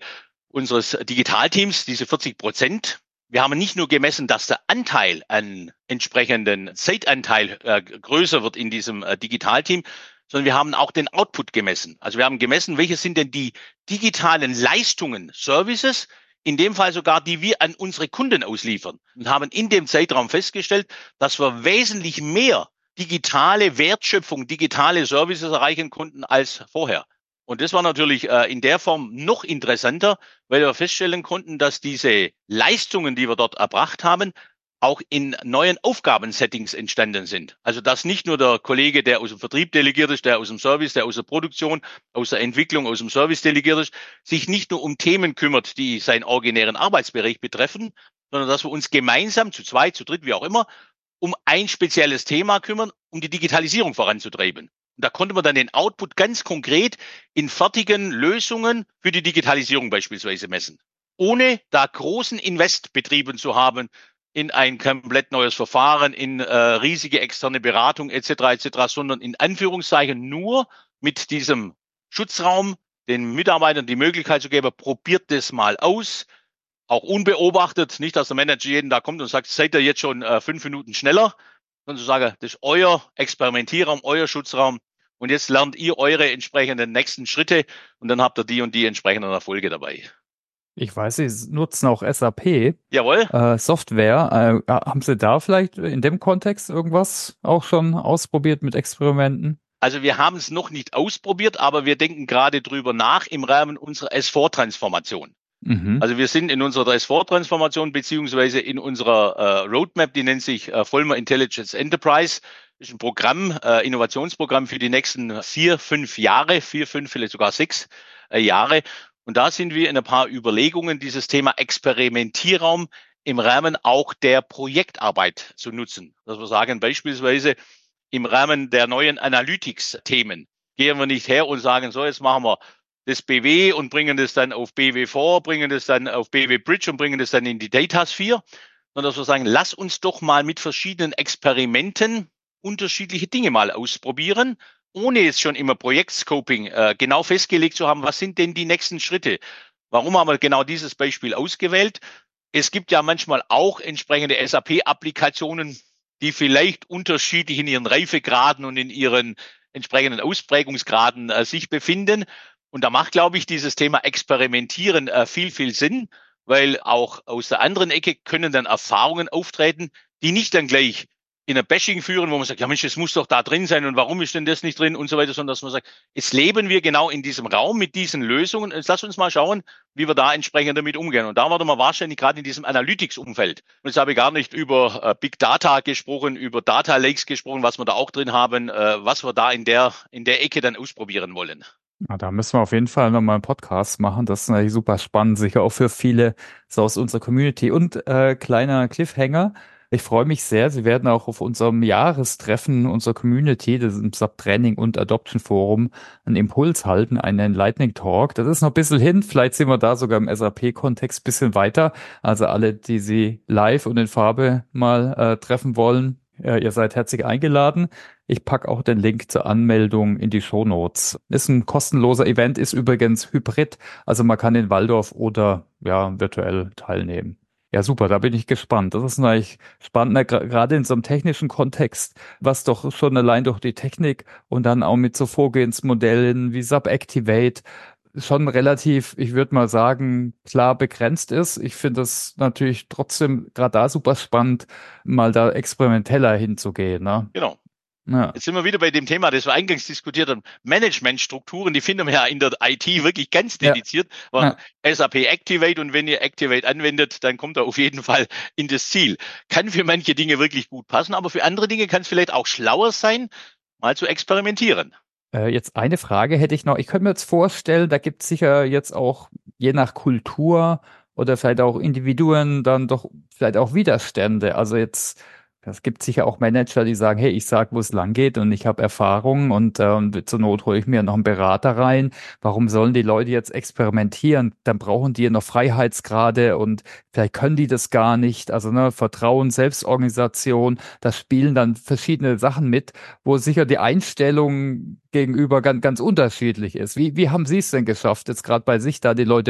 unseres Digitalteams, diese vierzig Prozent. Wir haben nicht nur gemessen, dass der Anteil an entsprechenden Zeitanteil äh, größer wird in diesem äh, Digitalteam, sondern wir haben auch den Output gemessen. Also wir haben gemessen, welche sind denn die digitalen Leistungen, Services, in dem Fall sogar, die wir an unsere Kunden ausliefern, und haben in dem Zeitraum festgestellt, dass wir wesentlich mehr digitale Wertschöpfung, digitale Services erreichen konnten als vorher. Und das war natürlich äh, in der Form noch interessanter, weil wir feststellen konnten, dass diese Leistungen, die wir dort erbracht haben, auch in neuen Aufgabensettings entstanden sind. Also dass nicht nur der Kollege, der aus dem Vertrieb delegiert ist, der aus dem Service, der aus der Produktion, aus der Entwicklung, aus dem Service delegiert ist, sich nicht nur um Themen kümmert, die seinen originären Arbeitsbereich betreffen, sondern dass wir uns gemeinsam, zu zweit, zu dritt, wie auch immer, um ein spezielles Thema kümmern, um die Digitalisierung voranzutreiben. Und da konnte man dann den Output ganz konkret in fertigen Lösungen für die Digitalisierung beispielsweise messen. Ohne da großen Invest betrieben zu haben in ein komplett neues Verfahren, in äh, riesige externe Beratung et cetera et cetera, sondern in Anführungszeichen nur mit diesem Schutzraum den Mitarbeitern die Möglichkeit zu geben, probiert das mal aus, auch unbeobachtet, nicht, dass der Manager jeden Tag kommt und sagt, seid ihr jetzt schon äh, fünf Minuten schneller, sondern zu sagen, das ist euer Experimentierraum, euer Schutzraum und jetzt lernt ihr eure entsprechenden nächsten Schritte und dann habt ihr die und die entsprechenden Erfolge dabei. Ich weiß, Sie nutzen auch S A P. Jawohl. Äh, Software. Äh, haben Sie da vielleicht in dem Kontext irgendwas auch schon ausprobiert mit Experimenten? Also wir haben es noch nicht ausprobiert, aber wir denken gerade drüber nach im Rahmen unserer S vier Transformation. Mhm. Also wir sind in unserer S vier Transformation beziehungsweise in unserer äh, Roadmap, die nennt sich äh, Vollmer Intelligence Enterprise. Das ist ein Programm, äh, Innovationsprogramm für die nächsten vier, fünf Jahre, vier, fünf, vielleicht sogar sechs äh, Jahre. Und da sind wir in ein paar Überlegungen, dieses Thema Experimentierraum im Rahmen auch der Projektarbeit zu nutzen. Dass wir sagen, beispielsweise im Rahmen der neuen Analytics-Themen gehen wir nicht her und sagen, so, jetzt machen wir das B W und bringen das dann auf B W vier, bringen das dann auf B W Bridge und bringen das dann in die Datasphere, sondern dass wir sagen, lass uns doch mal mit verschiedenen Experimenten unterschiedliche Dinge mal ausprobieren, ohne jetzt schon immer Projektscoping äh, genau festgelegt zu haben, was sind denn die nächsten Schritte? Warum haben wir genau dieses Beispiel ausgewählt? Es gibt ja manchmal auch entsprechende S A P-Applikationen, die vielleicht unterschiedlich in ihren Reifegraden und in ihren entsprechenden Ausprägungsgraden äh, sich befinden. Und da macht, glaube ich, dieses Thema Experimentieren äh, viel, viel Sinn, weil auch aus der anderen Ecke können dann Erfahrungen auftreten, die nicht dann gleich in ein Bashing führen, wo man sagt, ja Mensch, das muss doch da drin sein und warum ist denn das nicht drin und so weiter, sondern dass man sagt, jetzt leben wir genau in diesem Raum mit diesen Lösungen. Jetzt lass uns mal schauen, wie wir da entsprechend damit umgehen. Und da war man wahrscheinlich gerade in diesem Analytics-Umfeld. Und jetzt habe ich gar nicht über äh, Big Data gesprochen, über Data Lakes gesprochen, was wir da auch drin haben, äh, was wir da in der, in der Ecke dann ausprobieren wollen. Ja, da müssen wir auf jeden Fall nochmal einen Podcast machen. Das ist natürlich super spannend, sicher auch für viele so aus unserer Community. Und äh, kleiner Cliffhanger. Ich freue mich sehr. Sie werden auch auf unserem Jahrestreffen unserer Community, das ist im S A P Training und Adoption Forum, einen Impuls halten, einen Lightning Talk. Das ist noch ein bisschen hin. Vielleicht sind wir da sogar im S A P-Kontext ein bisschen weiter. Also alle, die Sie live und in Farbe mal äh, treffen wollen, äh, ihr seid herzlich eingeladen. Ich pack auch den Link zur Anmeldung in die Shownotes. Ist ein kostenloser Event, ist übrigens hybrid. Also man kann in Waldorf oder ja virtuell teilnehmen. Ja, super, da bin ich gespannt. Das ist natürlich spannend, gerade in so einem technischen Kontext, was doch schon allein durch die Technik und dann auch mit so Vorgehensmodellen wie S A P Activate schon relativ, ich würde mal sagen, klar begrenzt ist. Ich finde es natürlich trotzdem gerade da super spannend, mal da experimenteller hinzugehen. Ne? Genau. Ja. Jetzt sind wir wieder bei dem Thema, das wir eingangs diskutiert haben. Managementstrukturen, die finden wir ja in der I T wirklich ganz dediziert. Ja. Ja. S A P Activate, und wenn ihr Activate anwendet, dann kommt er auf jeden Fall in das Ziel. Kann für manche Dinge wirklich gut passen, aber für andere Dinge kann es vielleicht auch schlauer sein, mal zu experimentieren. Äh, jetzt eine Frage hätte ich noch. Ich könnte mir jetzt vorstellen, da gibt es sicher jetzt auch je nach Kultur oder vielleicht auch Individuen dann doch vielleicht auch Widerstände. Also jetzt Es gibt sicher auch Manager, die sagen, hey, ich sag, wo es lang geht und ich habe Erfahrung und äh, zur Not hole ich mir noch einen Berater rein. Warum sollen die Leute jetzt experimentieren? Dann brauchen die ja noch Freiheitsgrade und vielleicht können die das gar nicht. Also ne, Vertrauen, Selbstorganisation, da spielen dann verschiedene Sachen mit, wo sicher die Einstellung gegenüber ganz, ganz unterschiedlich ist. Wie, wie haben Sie es denn geschafft, jetzt gerade bei sich da die Leute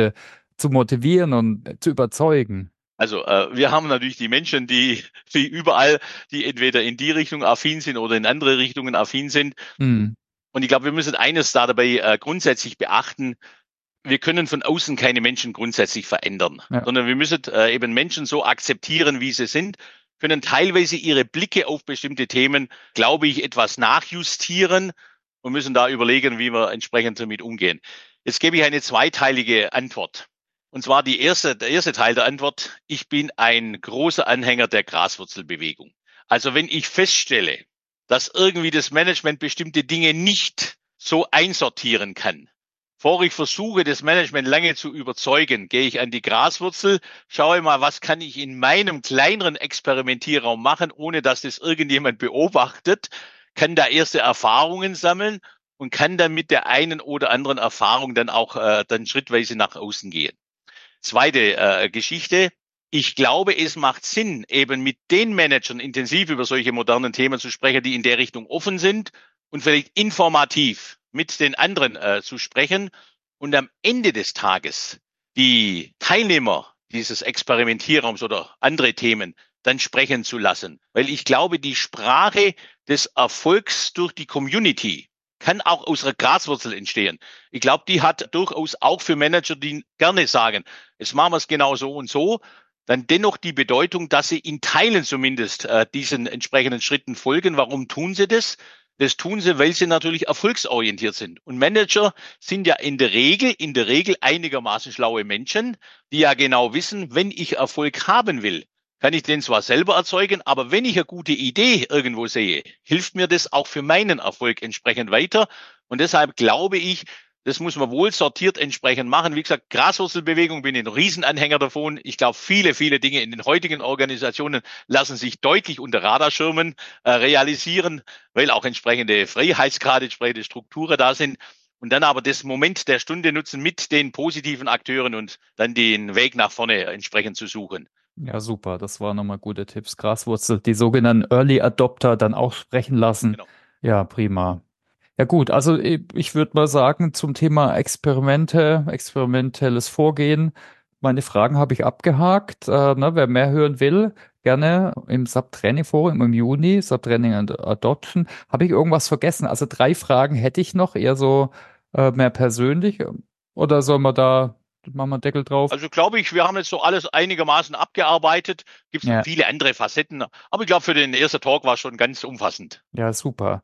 zu motivieren und zu überzeugen? Also äh, wir haben natürlich die Menschen, die wie überall, die entweder in die Richtung affin sind oder in andere Richtungen affin sind. Hm. Und ich glaube, wir müssen eines da dabei äh, grundsätzlich beachten. Wir können von außen keine Menschen grundsätzlich verändern, Ja. sondern wir müssen äh, eben Menschen so akzeptieren, wie sie sind, können teilweise ihre Blicke auf bestimmte Themen, glaube ich, etwas nachjustieren und müssen da überlegen, wie wir entsprechend damit umgehen. Jetzt gebe ich eine zweiteilige Antwort. Und zwar die erste, der erste Teil der Antwort. Ich bin ein großer Anhänger der Graswurzelbewegung. Also wenn ich feststelle, dass irgendwie das Management bestimmte Dinge nicht so einsortieren kann, bevor ich versuche, das Management lange zu überzeugen, gehe ich an die Graswurzel, schaue mal, was kann ich in meinem kleineren Experimentierraum machen, ohne dass das irgendjemand beobachtet, kann da erste Erfahrungen sammeln und kann dann mit der einen oder anderen Erfahrung dann auch äh, dann schrittweise nach außen gehen. Zweite äh, Geschichte. Ich glaube, es macht Sinn, eben mit den Managern intensiv über solche modernen Themen zu sprechen, die in der Richtung offen sind und vielleicht informativ mit den anderen äh, zu sprechen und am Ende des Tages die Teilnehmer dieses Experimentierraums oder andere Themen dann sprechen zu lassen. Weil ich glaube, die Sprache des Erfolgs durch die Community kann auch aus einer Graswurzel entstehen. Ich glaube, die hat durchaus auch für Manager, die gerne sagen, jetzt machen wir es genau so und so, dann dennoch die Bedeutung, dass sie in Teilen zumindest äh, diesen entsprechenden Schritten folgen. Warum tun sie das? Das tun sie, weil sie natürlich erfolgsorientiert sind. Und Manager sind ja in der Regel, in der Regel einigermaßen schlaue Menschen, die ja genau wissen, wenn ich Erfolg haben will, kann ich den zwar selber erzeugen, aber wenn ich eine gute Idee irgendwo sehe, hilft mir das auch für meinen Erfolg entsprechend weiter. Und deshalb glaube ich, das muss man wohl sortiert entsprechend machen. Wie gesagt, Graswurzelbewegung, bin ich ein Riesenanhänger davon. Ich glaube, viele, viele Dinge in den heutigen Organisationen lassen sich deutlich unter Radarschirmen äh, realisieren, weil auch entsprechende Freiheitsgrade, entsprechende Strukturen da sind. Und dann aber das Moment der Stunde nutzen mit den positiven Akteuren und dann den Weg nach vorne entsprechend zu suchen. Ja, super. Das waren nochmal gute Tipps. Graswurzel, die sogenannten Early Adopter dann auch sprechen lassen. Genau. Ja, prima. Ja gut, also ich, ich würde mal sagen, zum Thema Experimente, experimentelles Vorgehen, meine Fragen habe ich abgehakt. Äh, ne, wer mehr hören will, gerne im Subtraining-Forum im Juni, Subtraining and Adoption. Habe ich irgendwas vergessen? Also drei Fragen hätte ich noch, eher so äh, mehr persönlich. Oder sollen wir da, machen wir einen Deckel drauf? Also glaube ich, wir haben jetzt so alles einigermaßen abgearbeitet. Gibt es noch Ja, viele andere Facetten. Aber ich glaube, für den ersten Talk war es schon ganz umfassend. ja, super.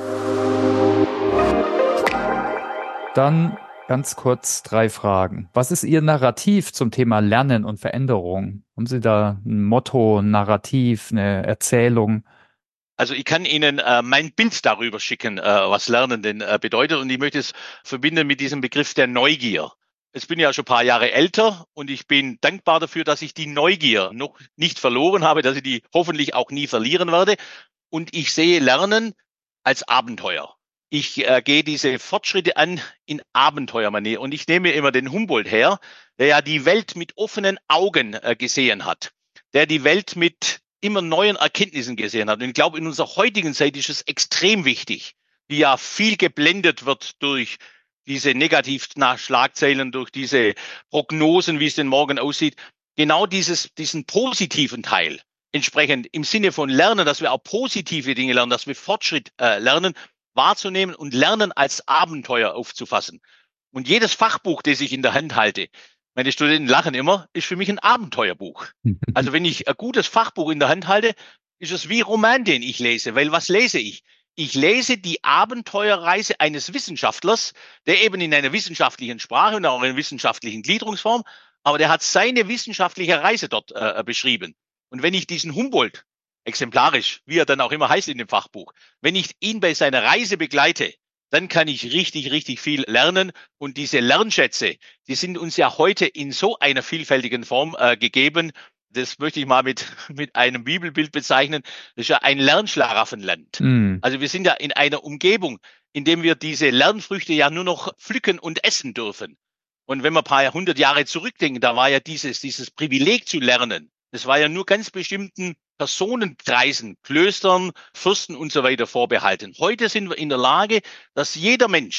Dann ganz kurz drei Fragen. Was ist Ihr Narrativ zum Thema Lernen und Veränderung? Haben Sie da ein Motto, ein Narrativ, eine Erzählung? Also ich kann Ihnen äh, mein Bild darüber schicken, äh, was Lernen denn äh, bedeutet. Und ich möchte es verbinden mit diesem Begriff der Neugier. Jetzt bin ich ja schon ein paar Jahre älter und ich bin dankbar dafür, dass ich die Neugier noch nicht verloren habe, dass ich die hoffentlich auch nie verlieren werde. Und ich sehe Lernen als Abenteuer. Ich äh, gehe diese Fortschritte an in Abenteuermanier. Und ich nehme immer den Humboldt her, der ja die Welt mit offenen Augen äh, gesehen hat, der die Welt mit immer neuen Erkenntnissen gesehen hat. Und ich glaube, in unserer heutigen Zeit ist es extrem wichtig, die ja viel geblendet wird durch diese Negativ-Schlagzeilen, durch diese Prognosen, wie es denn morgen aussieht, genau dieses, diesen positiven Teil entsprechend im Sinne von Lernen, dass wir auch positive Dinge lernen, dass wir Fortschritt äh, lernen, wahrzunehmen und Lernen als Abenteuer aufzufassen. Und jedes Fachbuch, das ich in der Hand halte, meine Studenten lachen immer, ist für mich ein Abenteuerbuch. Also wenn ich ein gutes Fachbuch in der Hand halte, ist es wie Roman, den ich lese. Weil was lese ich? Ich lese die Abenteuerreise eines Wissenschaftlers, der eben in einer wissenschaftlichen Sprache und auch in einer wissenschaftlichen Gliederungsform, aber der hat seine wissenschaftliche Reise dort äh, beschrieben. Und wenn ich diesen Humboldt, exemplarisch, wie er dann auch immer heißt in dem Fachbuch, wenn ich ihn bei seiner Reise begleite, dann kann ich richtig, richtig viel lernen. Und diese Lernschätze, die sind uns ja heute in so einer vielfältigen Form äh, gegeben. Das möchte ich mal mit, mit einem Bibelbild bezeichnen. Das ist ja ein Lernschlaraffenland. Mm, Also wir sind ja in einer Umgebung, in dem wir diese Lernfrüchte ja nur noch pflücken und essen dürfen. Und wenn wir ein paar hundert Jahre zurückdenken, da war ja dieses, dieses Privileg zu lernen. Das war ja nur ganz bestimmten Personenkreisen, Klöstern, Fürsten und so weiter vorbehalten. Heute sind wir in der Lage, dass jeder Mensch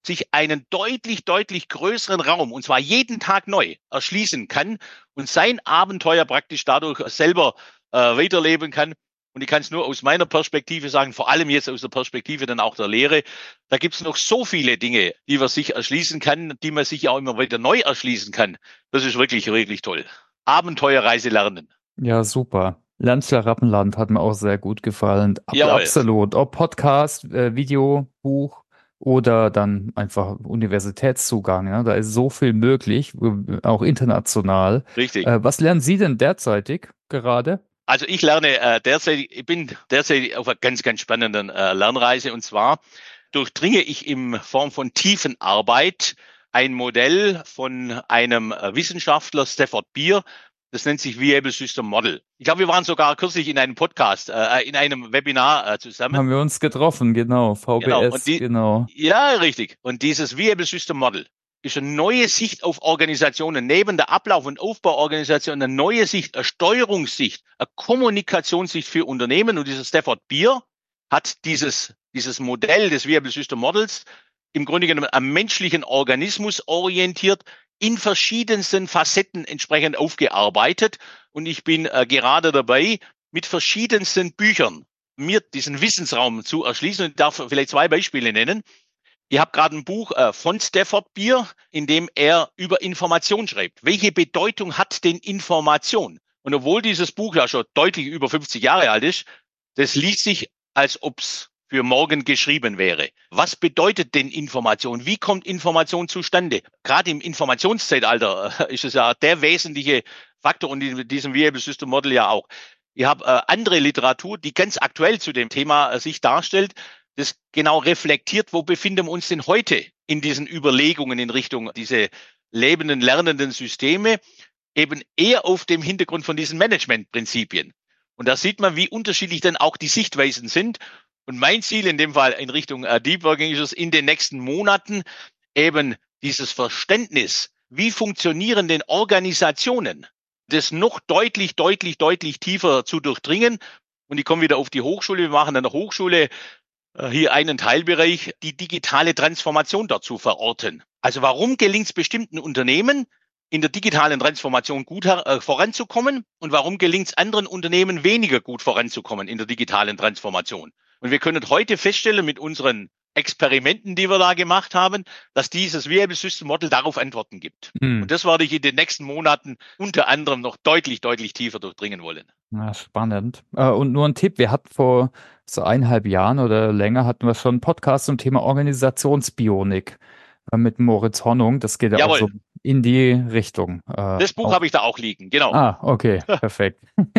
sich einen deutlich, deutlich größeren Raum, und zwar jeden Tag neu, erschließen kann und sein Abenteuer praktisch dadurch selber äh, weiterleben kann. Und ich kann es nur aus meiner Perspektive sagen, vor allem jetzt aus der Perspektive dann auch der Lehre. Da gibt es noch so viele Dinge, die man sich erschließen kann, die man sich auch immer wieder neu erschließen kann. Das ist wirklich, wirklich toll. Abenteuerreise lernen. Ja, super. Landler Rappenland hat mir auch sehr gut gefallen. Ab, Jawohl. absolut. Ob Podcast, äh, Video, Buch oder dann einfach Universitätszugang. Ja? Da ist so viel möglich, äh, auch international. Richtig. Äh, was lernen Sie denn derzeitig gerade? Also ich lerne äh, derzeit, ich bin derzeit auf einer ganz, ganz spannenden äh, Lernreise, und zwar durchdringe ich in Form von Tiefenarbeit ein Modell von einem äh, Wissenschaftler, Stafford Beer. Das nennt sich Viable System Model. Ich glaube, wir waren sogar kürzlich in einem Podcast, äh, in einem Webinar äh, zusammen. Haben wir uns getroffen, genau. Genau. Und V B S, die, genau. ja, richtig. Und dieses Viable System Model ist eine neue Sicht auf Organisationen, neben der Ablauf- und Aufbauorganisation, eine neue Sicht, eine Steuerungssicht, eine Kommunikationssicht für Unternehmen. Und dieser Stafford Beer hat dieses, dieses Modell des Viable System Models im Grunde genommen am menschlichen Organismus orientiert, in verschiedensten Facetten entsprechend aufgearbeitet. Und ich bin äh, gerade dabei, mit verschiedensten Büchern mir diesen Wissensraum zu erschließen. Und ich darf vielleicht zwei Beispiele nennen. Ich habe gerade ein Buch äh, von Stafford Beer, in dem er über Information schreibt. Welche Bedeutung hat denn Information? Und obwohl dieses Buch ja schon deutlich über fünfzig Jahre alt ist, das liest sich, als ob es für morgen geschrieben wäre. Was bedeutet denn Information? Wie kommt Information zustande? Gerade im Informationszeitalter äh, ist es ja der wesentliche Faktor, und in diesem Viable System Model ja auch. Ich habe äh, andere Literatur, die ganz aktuell zu dem Thema äh, sich darstellt, das genau reflektiert, wo befinden wir uns denn heute in diesen Überlegungen in Richtung diese lebenden, lernenden Systeme, eben eher auf dem Hintergrund von diesen Managementprinzipien. Und da sieht man, wie unterschiedlich dann auch die Sichtweisen sind. Und mein Ziel in dem Fall in Richtung äh, Deep Working ist es, in den nächsten Monaten eben dieses Verständnis, wie funktionieren denn Organisationen, das noch deutlich, deutlich, deutlich tiefer zu durchdringen. Und ich komme wieder auf die Hochschule. Wir machen an der Hochschule äh, hier einen Teilbereich, die digitale Transformation dazu verorten. Also warum gelingt es bestimmten Unternehmen, in der digitalen Transformation gut äh, voranzukommen, und warum gelingt es anderen Unternehmen weniger gut voranzukommen in der digitalen Transformation? Und wir können heute feststellen mit unseren Experimenten, die wir da gemacht haben, dass dieses Viable System Model darauf Antworten gibt. Hm. Und das werde ich in den nächsten Monaten unter anderem noch deutlich, deutlich tiefer durchdringen wollen. Ja, spannend. Äh, und nur ein Tipp, wir hatten vor so eineinhalb Jahren oder länger hatten wir schon einen Podcast zum Thema Organisationsbionik äh, mit Moritz Hornung. Das geht ja auch so Jawohl, in die Richtung. Äh, das Buch auch. habe ich da auch liegen, genau. Ah, okay, perfekt.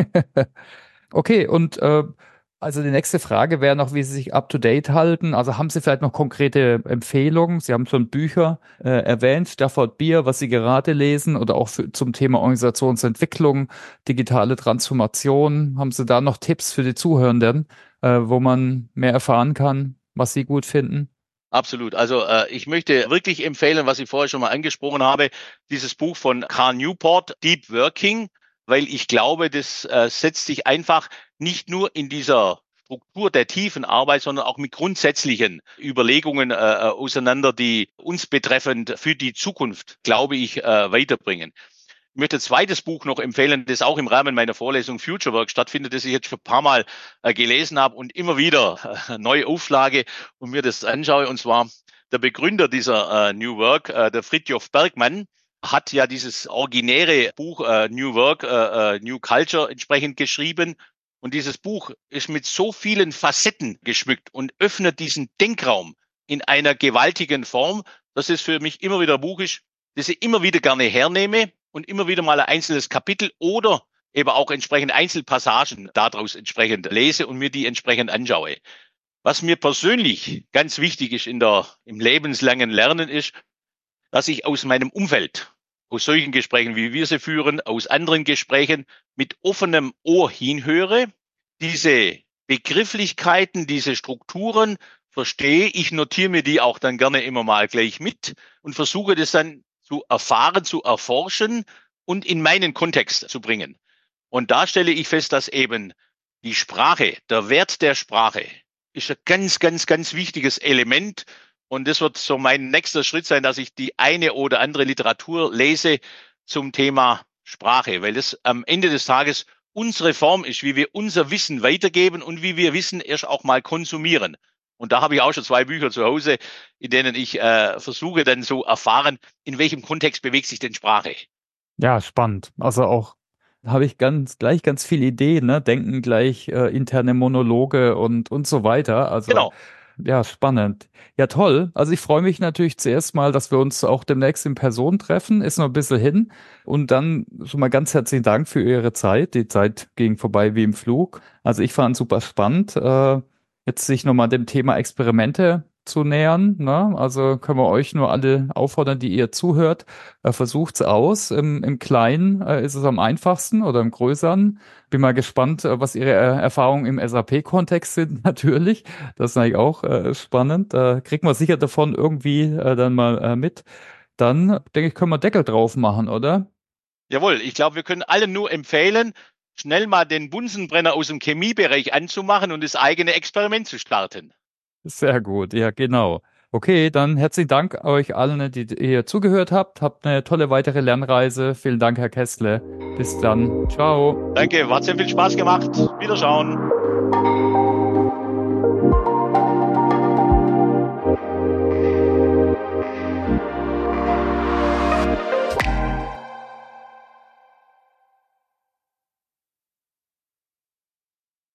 Okay, und äh, also die nächste Frage wäre noch, wie Sie sich up to date halten. Also haben Sie vielleicht noch konkrete Empfehlungen? Sie haben schon Bücher äh, erwähnt, Stafford Beer, was Sie gerade lesen, oder auch für, zum Thema Organisationsentwicklung, digitale Transformation. Haben Sie da noch Tipps für die Zuhörenden, äh, wo man mehr erfahren kann, was Sie gut finden? Absolut. Also äh, ich möchte wirklich empfehlen, was ich vorher schon mal angesprochen habe, dieses Buch von Carl Newport, Deep Working, weil ich glaube, das äh, setzt sich einfach nicht nur in dieser Struktur der tiefen Arbeit, sondern auch mit grundsätzlichen Überlegungen äh, auseinander, die uns betreffend für die Zukunft, glaube ich, äh, weiterbringen. Ich möchte ein zweites Buch noch empfehlen, das auch im Rahmen meiner Vorlesung Future Work stattfindet, das ich jetzt schon ein paar Mal äh, gelesen habe und immer wieder äh, neu auflage und mir das anschaue. Und zwar der Begründer dieser äh, New Work, äh, der Fridtjof Bergmann, hat ja dieses originäre Buch äh, New Work, äh, äh, New Culture entsprechend geschrieben. Und dieses Buch ist mit so vielen Facetten geschmückt und öffnet diesen Denkraum in einer gewaltigen Form, dass es für mich immer wieder ein Buch ist, das ich immer wieder gerne hernehme und immer wieder mal ein einzelnes Kapitel oder eben auch entsprechend Einzelpassagen daraus entsprechend lese und mir die entsprechend anschaue. Was mir persönlich ganz wichtig ist in der, im lebenslangen Lernen ist, dass ich aus meinem Umfeld, aus solchen Gesprächen, wie wir sie führen, aus anderen Gesprächen mit offenem Ohr hinhöre, diese Begrifflichkeiten, diese Strukturen verstehe, ich notiere mir die auch dann gerne immer mal gleich mit und versuche das dann zu erfahren, zu erforschen und in meinen Kontext zu bringen. Und da stelle ich fest, dass eben die Sprache, der Wert der Sprache, ist ein ganz, ganz, ganz wichtiges Element, Und das wird so mein nächster Schritt sein, dass ich die eine oder andere Literatur lese zum Thema Sprache, weil das am Ende des Tages unsere Form ist, wie wir unser Wissen weitergeben und wie wir Wissen erst auch mal konsumieren. Und da habe ich auch schon zwei Bücher zu Hause, in denen ich äh, versuche dann so erfahren, in welchem Kontext bewegt sich denn Sprache. Ja, spannend. Also auch habe ich ganz gleich ganz viele Ideen, ne? Denken gleich äh, interne Monologe und und so weiter. Also Genau. ja, spannend. Ja, toll. Also ich freue mich natürlich zuerst mal, dass wir uns auch demnächst in Person treffen. Ist noch ein bisschen hin. Und dann schon mal ganz herzlichen Dank für Ihre Zeit. Die Zeit ging vorbei wie im Flug. Also ich fand super spannend, äh, jetzt sich nochmal dem Thema Experimente zu nähern. Ne? Also können wir euch nur alle auffordern, die ihr zuhört, äh, versucht's aus. Im, im Kleinen äh, ist es am einfachsten oder im Größeren. Bin mal gespannt, äh, was Ihre äh, Erfahrungen im S A P-Kontext sind, natürlich. Das ist eigentlich auch äh, spannend. Da kriegt man sicher davon irgendwie äh, dann mal äh, mit. Dann, denke ich, können wir Deckel drauf machen, oder? Jawohl, ich glaube, wir können allen nur empfehlen, schnell mal den Bunsenbrenner aus dem Chemiebereich anzumachen und das eigene Experiment zu starten. Sehr gut, ja, genau. Okay, dann herzlichen Dank euch allen, die ihr zugehört habt. Habt eine tolle weitere Lernreise. Vielen Dank, Herr Kessle. Bis dann. Ciao. Danke, hat sehr viel Spaß gemacht. Wiederschauen.